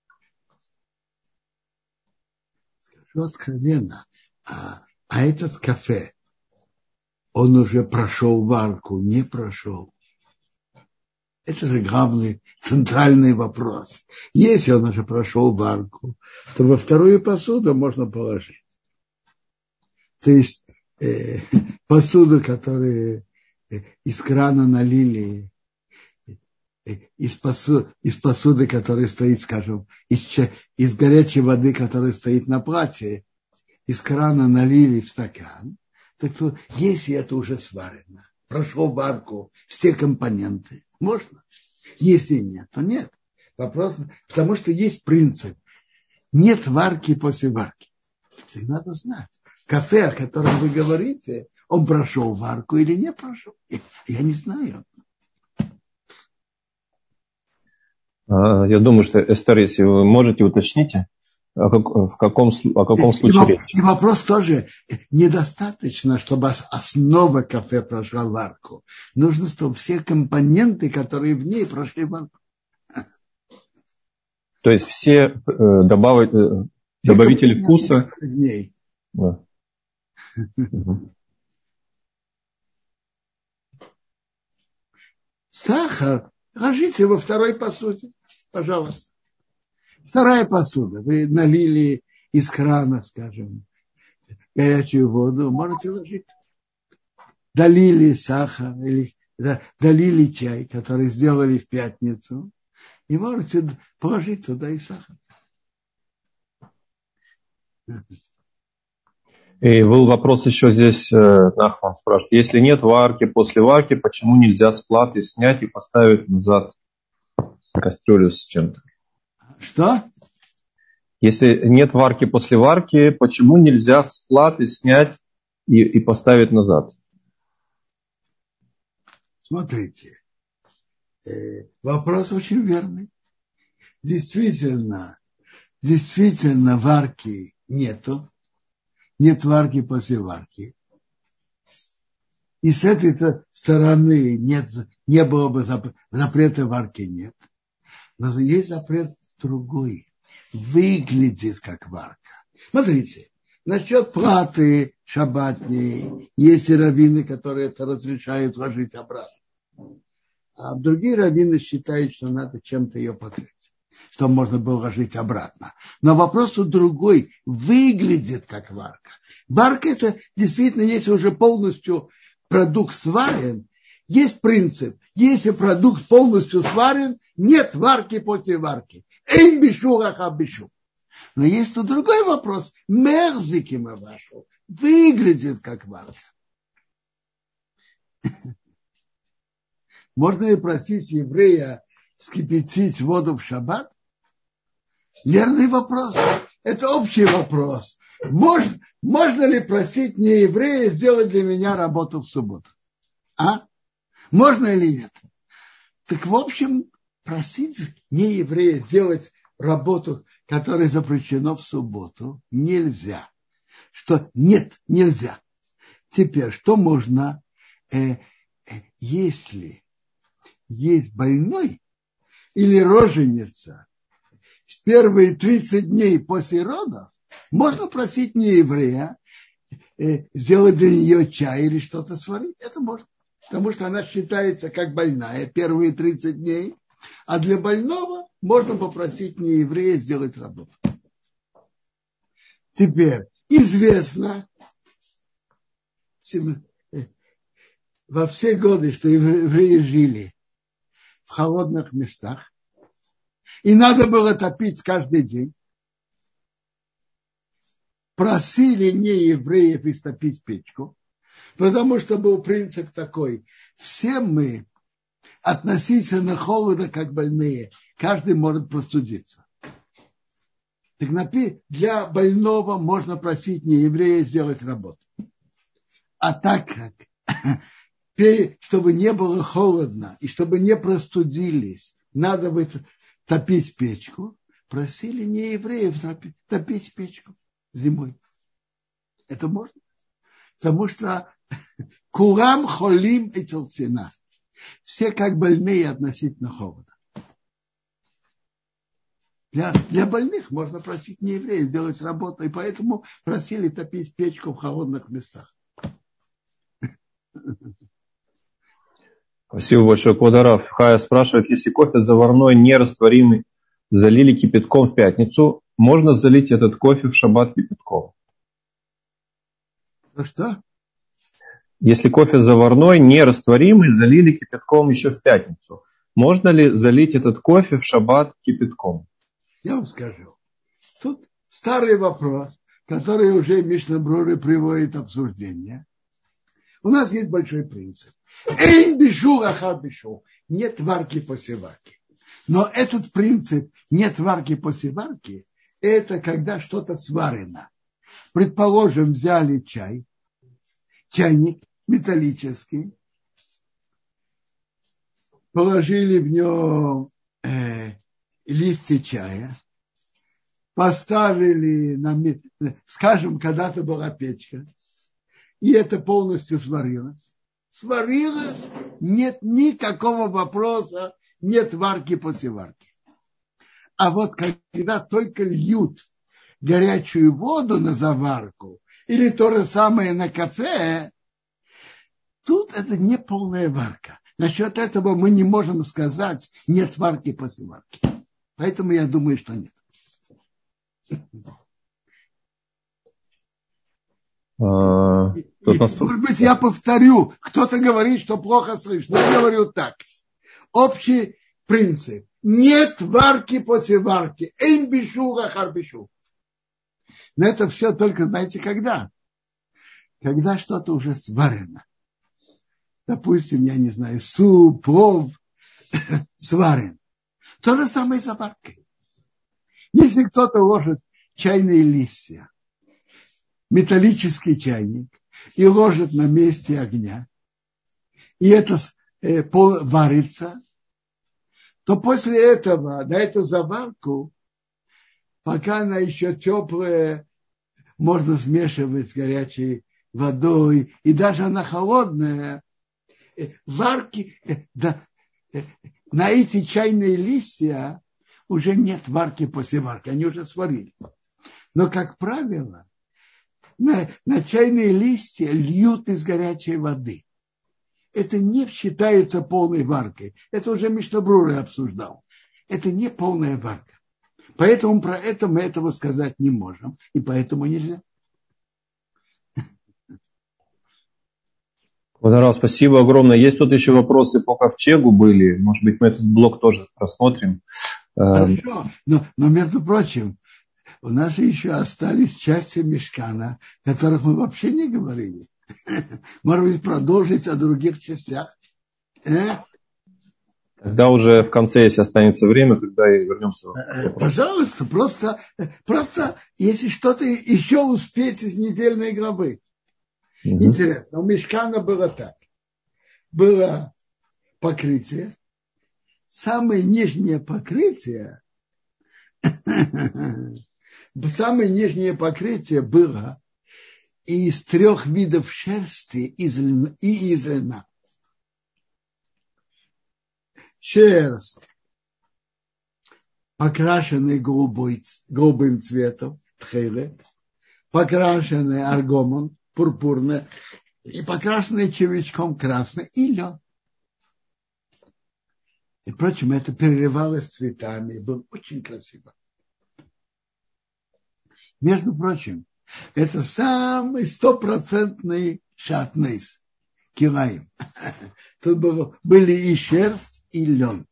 S1: Скажу откровенно, а этот кофе, он уже прошел варку, не прошел. Это же главный, центральный вопрос. Если он уже прошел варку, то во вторую посуду можно положить. То есть посуду, которую из крана налили, из посуды, которая стоит, скажем, из горячей воды, которая стоит на платье, из крана налили в стакан. Так что, если это уже сварено, прошло варку, все компоненты, можно. Если нет, то нет. Вопрос, потому что есть принцип. Нет варки после варки. Это надо знать. Кафе, о котором вы говорите, он прошел варку или не прошел? Я не знаю.
S2: Я думаю, что, Эстер, если вы можете, уточните, о каком случае речь.
S1: И вопрос тоже, недостаточно, чтобы основа кафе прошла варку. Нужно, чтобы все компоненты, которые в ней, прошли варку.
S2: То есть все добавители вкуса Да. Мгм.
S1: Сахар ложите во второй посуде, пожалуйста. Вторая посуда. Вы налили из крана, скажем, горячую воду, можете ложить. Долили сахар или долили чай, который сделали в пятницу, и можете положить туда и сахар.
S2: И был вопрос еще здесь, Нахман спрашивает, если нет варки, после варки, почему нельзя с платы снять и поставить назад кастрюлю с чем-то?
S1: Что?
S2: Если нет варки после варки, почему нельзя с платы снять и поставить назад?
S1: Смотрите, вопрос очень верный. Действительно, варки нету. Нет варки после варки. И с этой стороны не было бы запрета варки нет. Но есть запрет другой. Выглядит как варка. Смотрите, насчет платы шаббатней есть и раввины, которые это разрешают ложить обратно. А другие раввины считают, что надо чем-то ее покрыть, чтобы можно было ложить обратно. Но вопрос тут другой. Выглядит как варка. Варка это действительно, если уже полностью продукт сварен, есть принцип. Если продукт полностью сварен, нет варки после варки. Эйн бишу раха бишу. Но есть тут другой вопрос. Мерзики мы вашу. Выглядит как варка. Можно ли просить еврея вскипятить воду в шаббат? Верный вопрос. Это общий вопрос. Можно ли просить нееврея сделать для меня работу в субботу? А? Можно или нет? Так, в общем, просить нееврея сделать работу, которая запрещена в субботу, нельзя. Что нет, нельзя. Теперь, что можно, если есть больной или роженица, в первые 30 дней после родов можно просить нееврея сделать для нее чай или что-то сварить. Это можно. Потому что она считается как больная первые 30 дней. А для больного можно попросить нееврея сделать работу. Теперь известно во все годы, что евреи жили в холодных местах, и надо было топить каждый день, просили неевреев истопить печку, потому что был принцип такой: все мы относительно холода, как больные, каждый может простудиться. Так для больного можно просить нееврея сделать работу. А так как, чтобы не было холодно и чтобы не простудились, надо будет топить печку, просили неевреев топить печку зимой. Это можно? Потому что кулам холим и целцина. Все как больные относительно холода. Для больных можно просить нееврея сделать работу, и поэтому просили топить печку в холодных местах.
S2: Спасибо большое, Квадарав. Хая спрашивает, если кофе заварной нерастворимый залили кипятком в пятницу, можно залить этот кофе в шаббат кипятком?
S1: Ну что?
S2: Если кофе заварной нерастворимый залили кипятком еще в пятницу, можно ли залить этот кофе в шаббат кипятком?
S1: Я вам скажу. Тут старый вопрос, который уже Мишна Брура приводит обсуждение. У нас есть большой принцип. Эйн бишу раха бишу. Нет варки после варки. Но этот принцип нет варки после варки, это когда что-то сварено. Предположим, взяли чайник металлический, положили в нем листья чая, поставили, скажем, когда-то была печка, и это полностью сварилось. Сварилось, нет никакого вопроса, нет варки после варки. А вот когда только льют горячую воду на заварку или то же самое на кафе, тут это не полная варка. Насчет этого мы не можем сказать, нет варки после варки. Поэтому я думаю, что нет. Может быть, я повторю. Кто-то говорит, что плохо слышно. Я говорю так. Общий принцип. Нет варки после варки. Эйн бишу рахар бишу. Но это все только, знаете, когда? Когда что-то уже сварено. Допустим, я не знаю, суп, плов сварен. То же самое с заваркой. Если кто-то ложит чайные листья, металлический чайник, и ложит на месте огня, и это варится, то после этого на эту заварку, пока она еще теплая, можно смешивать с горячей водой, и даже она холодная, варки, на эти чайные листья уже нет варки после варки, они уже сварили. Но, как правило, на чайные листья льют из горячей воды. Это не считается полной варкой. Это уже Мишна Брура обсуждал. Это не полная варка. Поэтому про это мы этого сказать не можем. И поэтому нельзя.
S2: Квадрат, спасибо огромное. Есть тут еще вопросы по ковчегу были. Может быть, мы этот блок тоже просмотрим.
S1: Хорошо. Но между прочим, у нас же еще остались части мишкана, о которых мы вообще не говорили. Может быть, продолжить о других частях.
S2: Тогда уже в конце, если останется время, тогда и вернемся.
S1: Пожалуйста, просто если что-то еще успеть из недельной главы. Интересно, у мишкана было так. Было покрытие. Самое нижнее покрытие было из 3 видов шерсти и из льна. Шерсть, покрашенная голубым цветом, тхелет, покрашенная аргомон, пурпурная, и покрашенная червячком красной, и лен. И, впрочем, это переливалось цветами, и было очень красиво. Между прочим, это самый 100% шатнейс, килаим. Тут были и шерсть, и лен.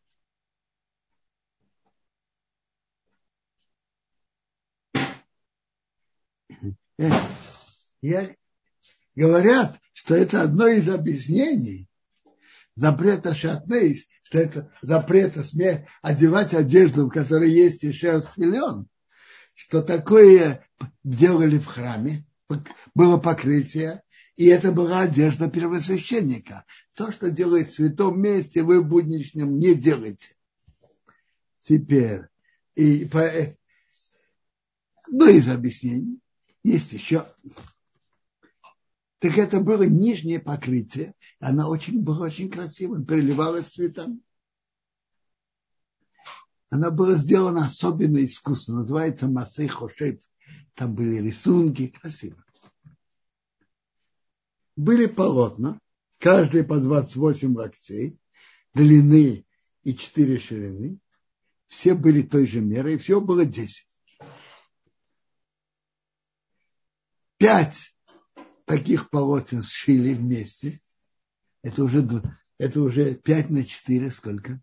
S1: Говорят, что это одно из объяснений запрета шатнейс, что это запрета одевать одежду, в которой есть и шерсть, и лен, что такое делали в храме, было покрытие, и это была одежда первосвященника. То, что делает в святом месте, вы в будничном не делаете. Теперь, одно из объяснений, есть еще. Так это было нижнее покрытие, оно было очень красивым, переливалось цветами. Она была сделана особенно искусно, называется Масей Хошев. Там были рисунки, красиво. Были полотна, каждый по 28 локтей, длины и 4 ширины. Все были той же меры, и всего было 10. 5 таких полотен сшили вместе. Это уже 5 на 4, сколько?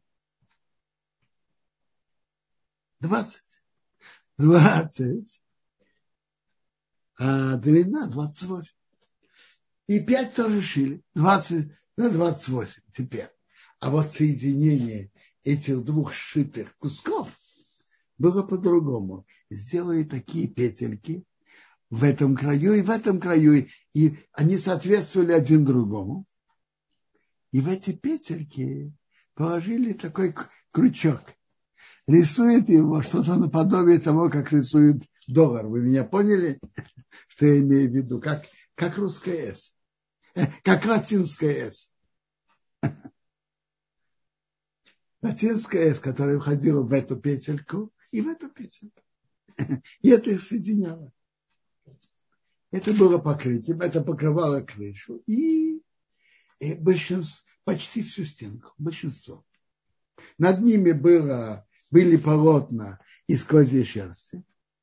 S1: 20. А длина 28. И 5 тоже шили. 20 на 28 теперь. А вот соединение этих 2 сшитых кусков было по-другому. Сделали такие петельки в этом краю и в этом краю. И они соответствовали один другому. И в эти петельки положили такой крючок. Рисует его что-то наподобие того, как рисует доллар. Вы меня поняли, что я имею в виду? Как русская «С». Как латинская «С». Латинская «С», которая входила в эту петельку и в эту петельку. И это их соединяло. Это было покрытием, это покрывало крышу. И большинство, почти всю стенку, большинство. Над ними были полотна из козьей шерсти.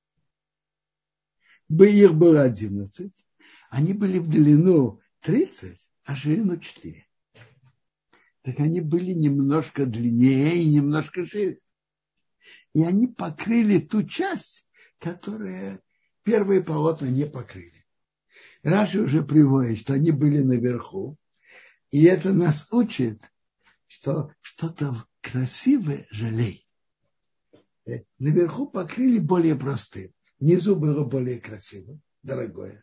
S1: Их было 11. Они были в длину 30, а ширину 4. Так они были немножко длиннее и немножко шире. И они покрыли ту часть, которую первые полотна не покрыли. Раши уже приводит, что они были наверху. И это нас учит, что что-то красивое жалей. Наверху покрыли более простым. Внизу было более красиво, дорогое.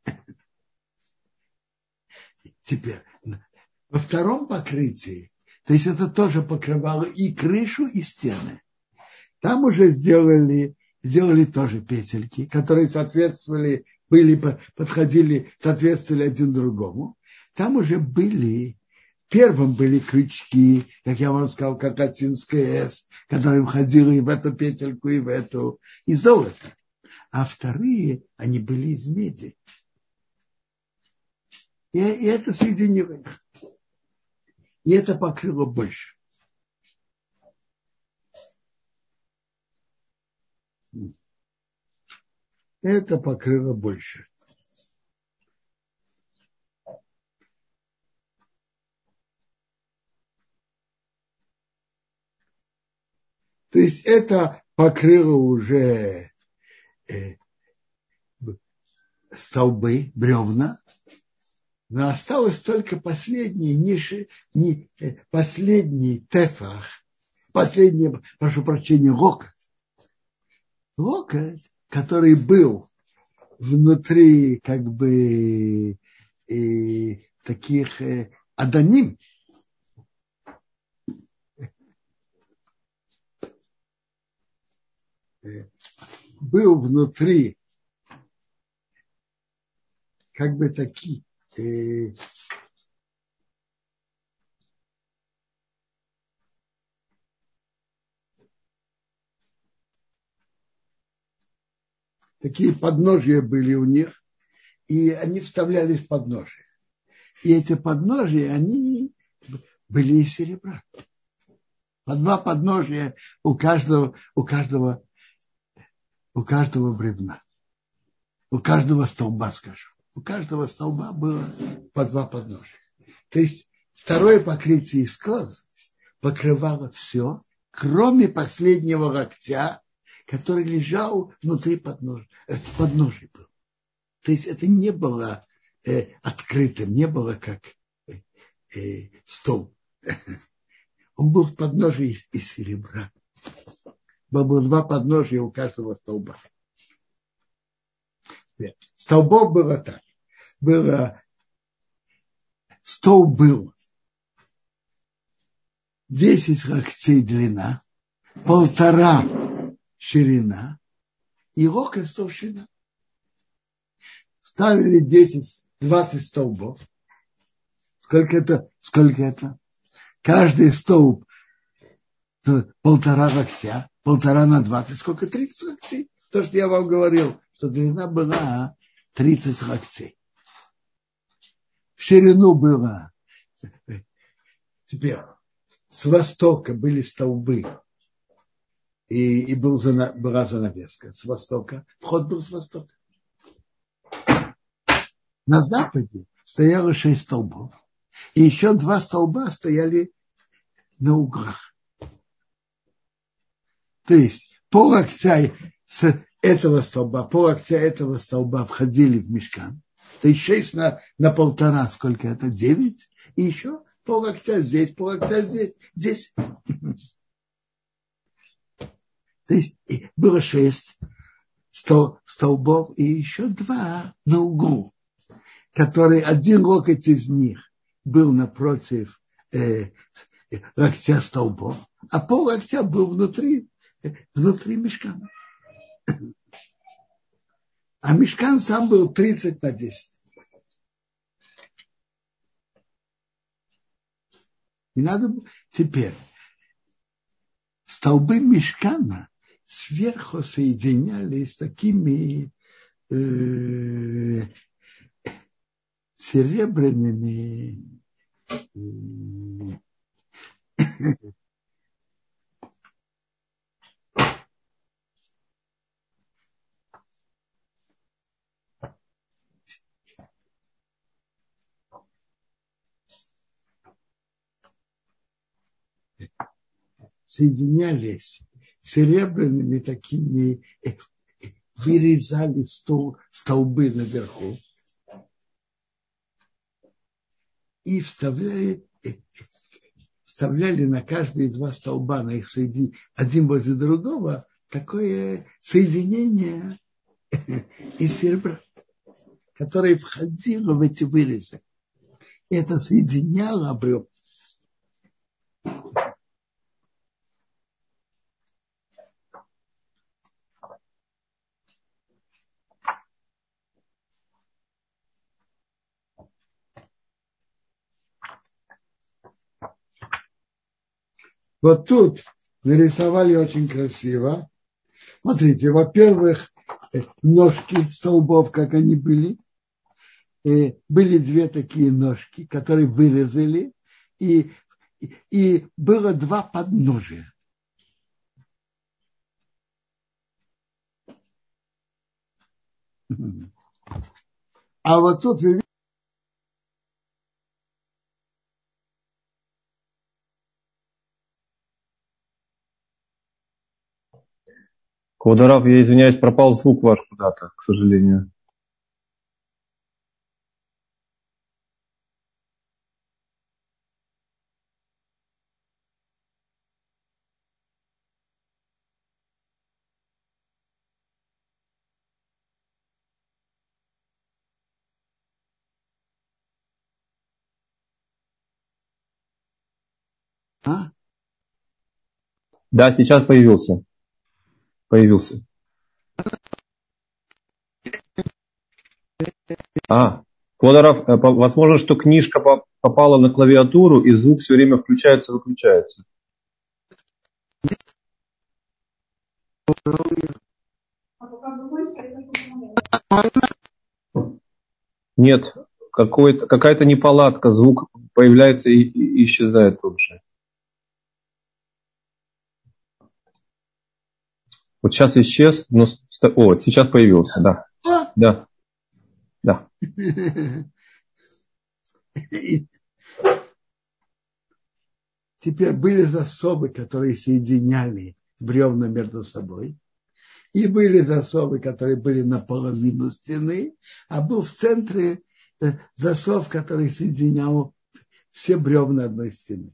S1: Теперь, во втором покрытии, то есть это тоже покрывало и крышу, и стены. Там уже сделали тоже петельки, которые соответствовали, соответствовали один другому. Там уже первым были крючки, как я вам сказал, как латинское «С», которые входили и в эту петельку, и в эту, и золото. А вторые, они были из меди. И это соединило их. И это покрыло больше. Это покрыло больше. То есть это покрыло уже столбы, бревна, но осталось только последний тефах, последний, прошу прощения, локоть. Локоть, который был внутри как бы таких адоним, был внутри как бы такие подножия были у них, и они вставлялись в подножие. И эти подножия, они были из серебра. По 2 подножия у каждого бревна. У каждого столба, скажем. У каждого столба было по 2 подножия. То есть второе покрытие из коз покрывало все, кроме последнего локтя, который лежал внутри подножия был. То есть это не было открытым, не было как стол. Он был в подножии из серебра. Было 2 подножия у каждого столба. Столбов было так. Столб был 10 локтей длина, 1,5 ширина и локоть толщина. Ставили 10-20 столбов. Сколько это? Каждый столб 1,5 локтя, 1,5 на 20. Сколько? 30 локтей. То, что я вам говорил, что длина была 30 локтей. В ширину было. Теперь с востока были столбы. И была занавеска с востока. Вход был с востока. На западе стояло 6 столбов. И еще 2 столба стояли на углах. То есть пол локтя с этого столба, входили в мишкан. То есть 6 на 1,5, сколько это? 9. И еще пол локтя здесь, 10. То есть было 6 столбов и еще 2 на углу, который один локоть из них был напротив локтя столбов, а пол локтя был внутри мишкана. А мишкан сам был 30 на 10. И надо теперь столбы мишкана сверху соединялись такими серебряными соединялись серебряными такими, вырезали столбы наверху и вставляли на каждые два столба, на их один возле другого, такое соединение из серебра, которое входило в эти вырезы. И это соединяло бревна. Вот тут нарисовали очень красиво. Смотрите, во-первых, ножки столбов, как они были. Были две такие ножки, которые вырезали, и было два подножия. А вот тут вы видите,
S2: Квадарав, я извиняюсь, пропал звук ваш куда-то, к сожалению. Да, сейчас появился. Квадарав, возможно, что книжка попала на клавиатуру, и звук все время включается-выключается. Нет, какая-то неполадка, звук появляется и исчезает тут же. Вот сейчас исчез, но... сейчас появился, да. Да.
S1: Теперь были засовы, которые соединяли бревна между собой. И были засовы, которые были наполовину стены, а был в центре засов, который соединял все бревна одной стены.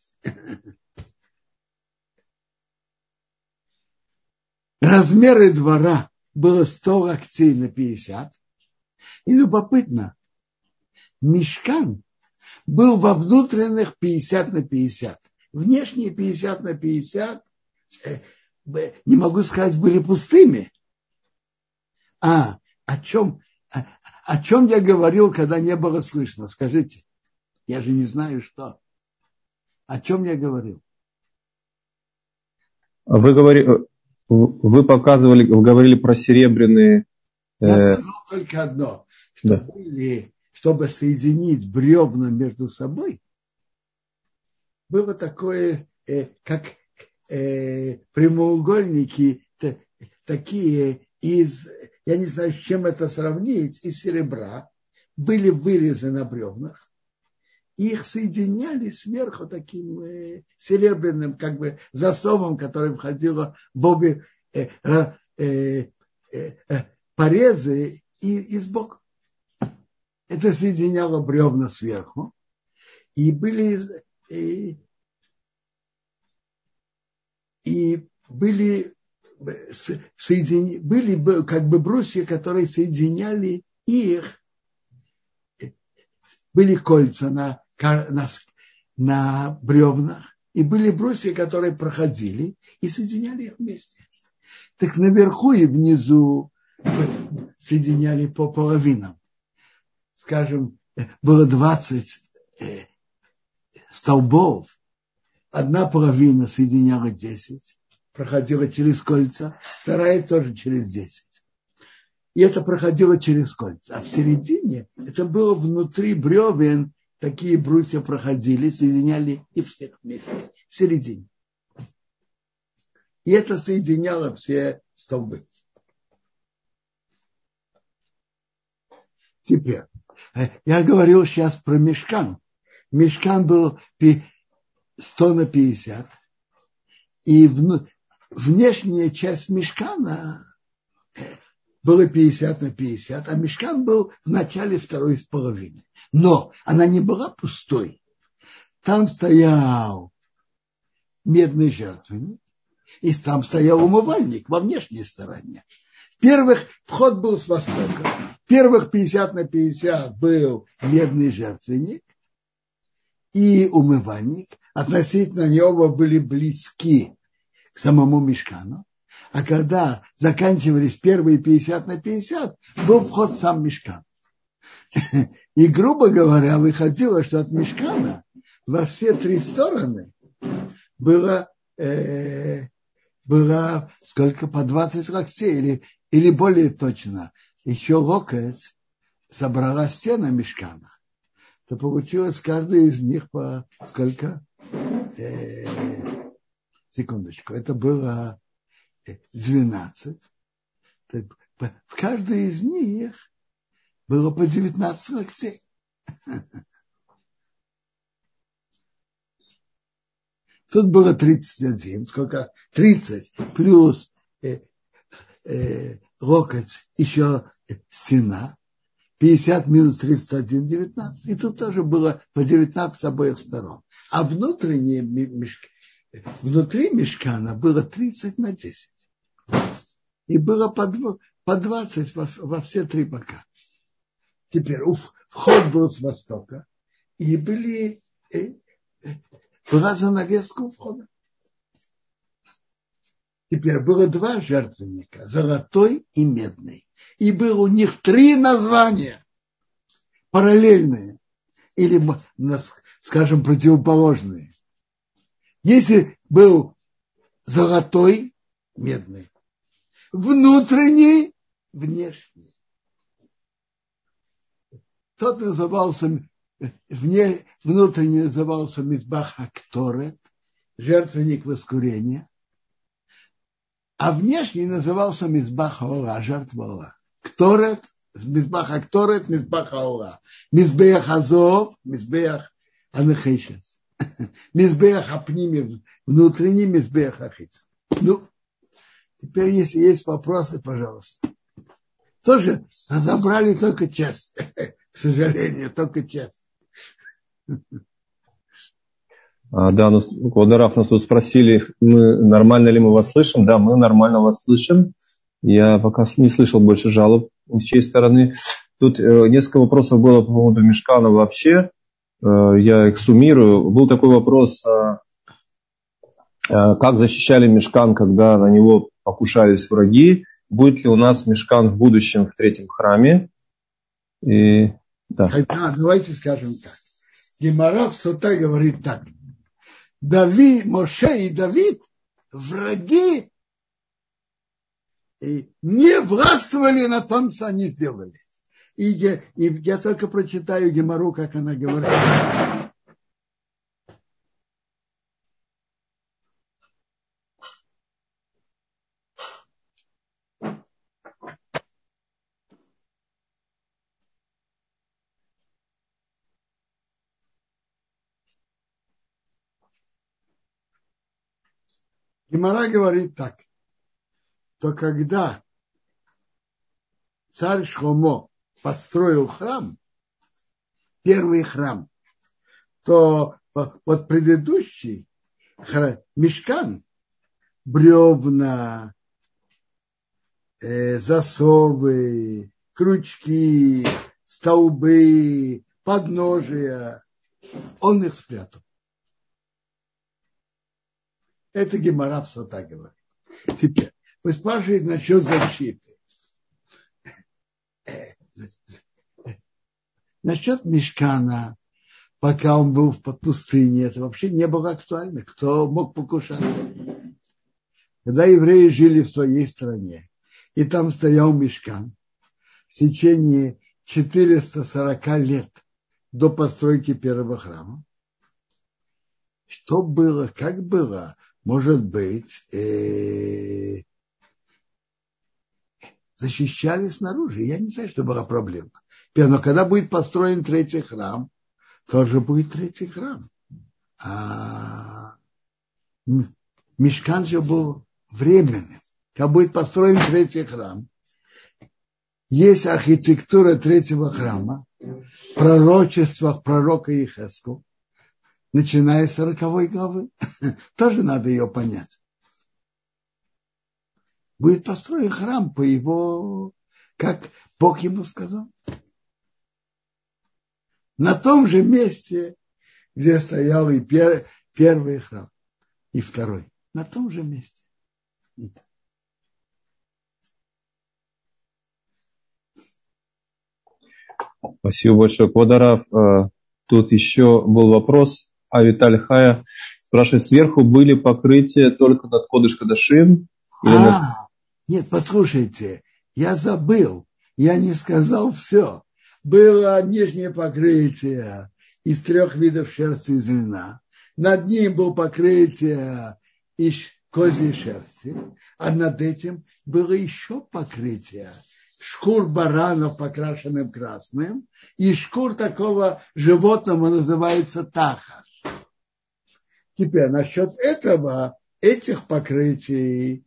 S1: Размеры двора было 100 локтей на 50. И любопытно, мишкан был во внутренних 50 на 50. Внешние 50 на 50, не могу сказать, были пустыми. О чем я говорил, когда не было слышно? Скажите. Я же не знаю, что. О чем я говорил?
S2: Вы говорили про серебряные...
S1: Я сказал только одно. Что чтобы соединить бревна между собой, было такое, как прямоугольники, такие из, я не знаю, с чем это сравнить, из серебра, были вырезы на бревнах, и их соединяли сверху таким серебряным как бы засовом, который входило в обе порезы и сбоку. Это соединяло бревна сверху, и были как бы брусья, которые соединяли их, были кольца на бревнах, и были брусья, которые проходили и соединяли их вместе. Так наверху и внизу соединяли по половинам. Скажем, было 20 столбов, одна половина соединяла 10, проходила через кольца, вторая тоже через 10. И это проходило через кольца. А в середине это было внутри бревен, такие брусья проходили, соединяли и всех вместе. В середине. И это соединяло все столбы. Теперь, я говорил сейчас про мишкан. Мишкан был 100 на 50. И внешняя часть мишкана была 50 на 50, а мишкан был в начале второй половины. Но она не была пустой. Там стоял медный жертвенник, и там стоял умывальник во внешней стороне. Вход был с востока. Первых 50 на 50 был медный жертвенник и умывальник. Относительно него были близки к самому мишкану. А когда заканчивались первые 50 на 50, был вход в сам мишкан. И, грубо говоря, выходило, что от мишкана во все три стороны было сколько, по 20 локтей, или более точно, еще локоть собрала стена мишкана. То получилось каждый из них по сколько? Секундочку, это было 12. В каждой из них было по 19 локтей. Тут было 31. Сколько? 30 плюс локоть, еще стена. 50 минус 31, 19. И тут тоже было по 19 с обоих сторон. А внутри мишкана было 30 на 10. И было по 20 во все три бока. Теперь вход был с востока. И была занавеска у входа. Теперь было два жертвенника, золотой и медный. И было у них три названия, параллельные, или, скажем, противоположные. Если был золотой, медный, внутренний, внешний. Тот назывался, внутренний назывался мизбах акторет, жертвенник воскурения. А внешний назывался мизбах аора, жертва аора. Кторет, мизбах акторет, мизбах аора. Мизбех азов, мизбех анахейшес. Мизбех апними, внутренний мизбех ахиц. Ну, теперь, если есть вопросы, пожалуйста. Тоже разобрали только часть. К сожалению, только часть.
S2: Да, Квадараф нас тут спросили, нормально ли мы вас слышим. Да, мы нормально вас слышим. Я пока не слышал больше жалоб с чьей стороны. Тут несколько вопросов было по поводу мишкана вообще. Я их суммирую. Был такой вопрос, как защищали мишкан, когда на него покушались враги. Будет ли у нас мишкан в будущем в третьем храме? Да.
S1: Давайте скажем так. Гемара в Сота говорит так. Моше и Давид, враги, не властвовали на том, что они сделали. И я только прочитаю Гемару, как она говорит. Гемара говорит так, то когда царь Шломо построил храм, первый храм, то вот предыдущий мишкан, бревна, засовы, крючки, столбы, подножия, он их спрятал. Это Гемара в Сота говорит. Теперь, вы спрашиваете насчет защиты. Насчет мишкана, пока он был в пустыне, это вообще не было актуально. Кто мог покушаться? когда евреи жили в своей стране, и там стоял мишкан в течение 440 лет до постройки первого храма, что было, как было, может быть, защищали снаружи. Я не знаю, что была проблема. Но когда будет построен третий храм, тоже будет третий храм. А мишкан же был временным. Когда будет построен третий храм, есть архитектура третьего храма, в пророчествах пророка Иехескеля, начиная с 40 главы. Тоже надо ее понять. Будет построен храм по его, как Бог ему сказал. На том же месте, где стоял и первый храм, и второй. На том же месте.
S2: Спасибо большое, Квадарав. Тут еще был вопрос. Виталий Хая спрашивает, сверху были покрытия только над Кодеш Кодашим?
S1: Нет, послушайте, я забыл, я не сказал все. Было нижнее покрытие из 3 видов шерсти из льна. Над ним было покрытие из козьей шерсти, а над этим было еще покрытие шкур баранов, покрашенным красным, и шкур такого животного называется тахаш. Теперь насчет этих покрытий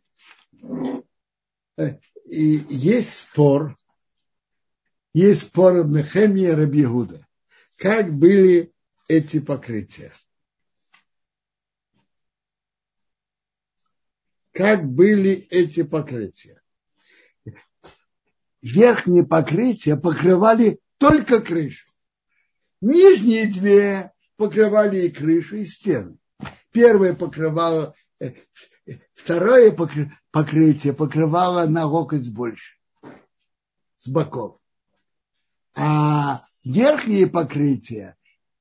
S1: и есть спор Нехемии и Раби Иуда. Как были эти покрытия? Верхние покрытия покрывали только крышу. Нижние 2 покрывали и крышу, и стены. Второе покрытие покрывало на локоть больше, с боков. А верхние покрытия,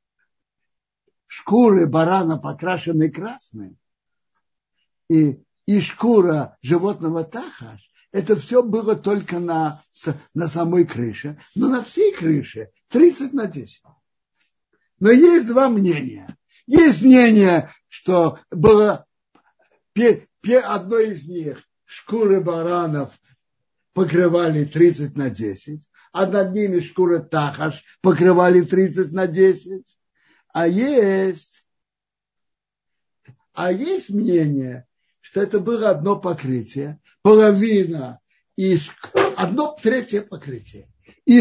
S1: шкуры барана, покрашенные красным, и шкура животного тахаш, это все было только на самой крыше, но на всей крыше 30/10. Но есть 2 мнения. Есть мнение, что было одно из них, шкуры баранов покрывали 30/10, а над ними шкуры тахаш покрывали 30/10. А есть мнение, что это было одно покрытие, половина, и 1/3 покрытие. И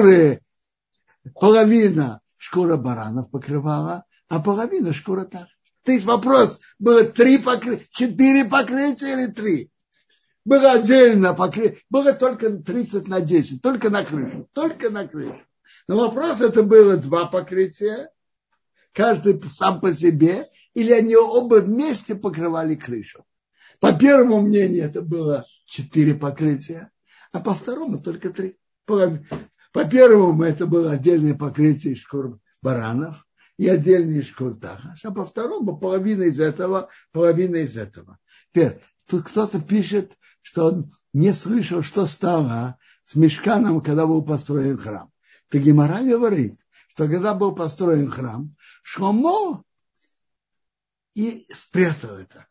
S1: половина шкура баранов покрывала, а половина шкура тахаш. То есть вопрос, было 4 покрытия или 3? Было отдельно покрытие, было только 30/10, только на крышу. Но вопрос, это было 2 покрытия, каждый сам по себе, или они оба вместе покрывали крышу. По первому мнению это было 4 покрытия, а по второму только 3. По первому это было отдельное покрытие из шкур баранов и отдельный шкур тахаш, а по второму половина из этого. Теперь тут кто-то пишет, что он не слышал, что стало с мишканом, когда был построен храм. То Гемара говорит, что когда был построен храм, Шломо и спрятал это.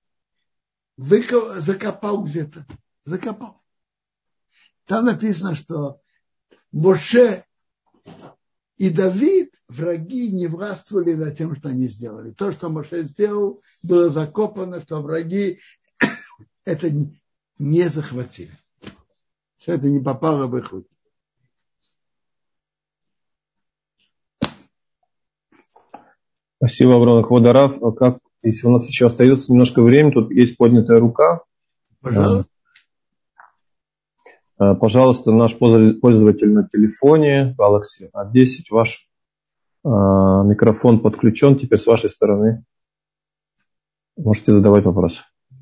S1: Закопал где-то. Там написано, что Моше и Давид, враги, не властвовали над тем, что они сделали. То, что Моше сделал, было закопано, что враги это не захватили. Что это не попало в их руки.
S2: Спасибо, Авраам Квадарав. Если у нас еще остается немножко времени, тут есть поднятая рука.
S1: Пожалуйста.
S2: Пожалуйста, наш пользователь на телефоне, Galaxy A10, ваш микрофон подключен теперь с вашей стороны. Можете задавать вопрос.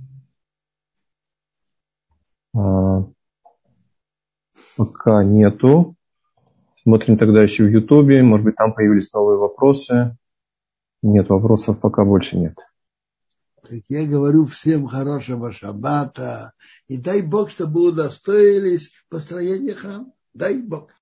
S2: Пока нету. Смотрим тогда еще в Ютубе. Может быть, там появились новые вопросы. Нет, вопросов пока больше нет.
S1: Так я говорю всем хорошего шаббата. И дай Бог, чтобы удостоились построения храма. Дай Бог.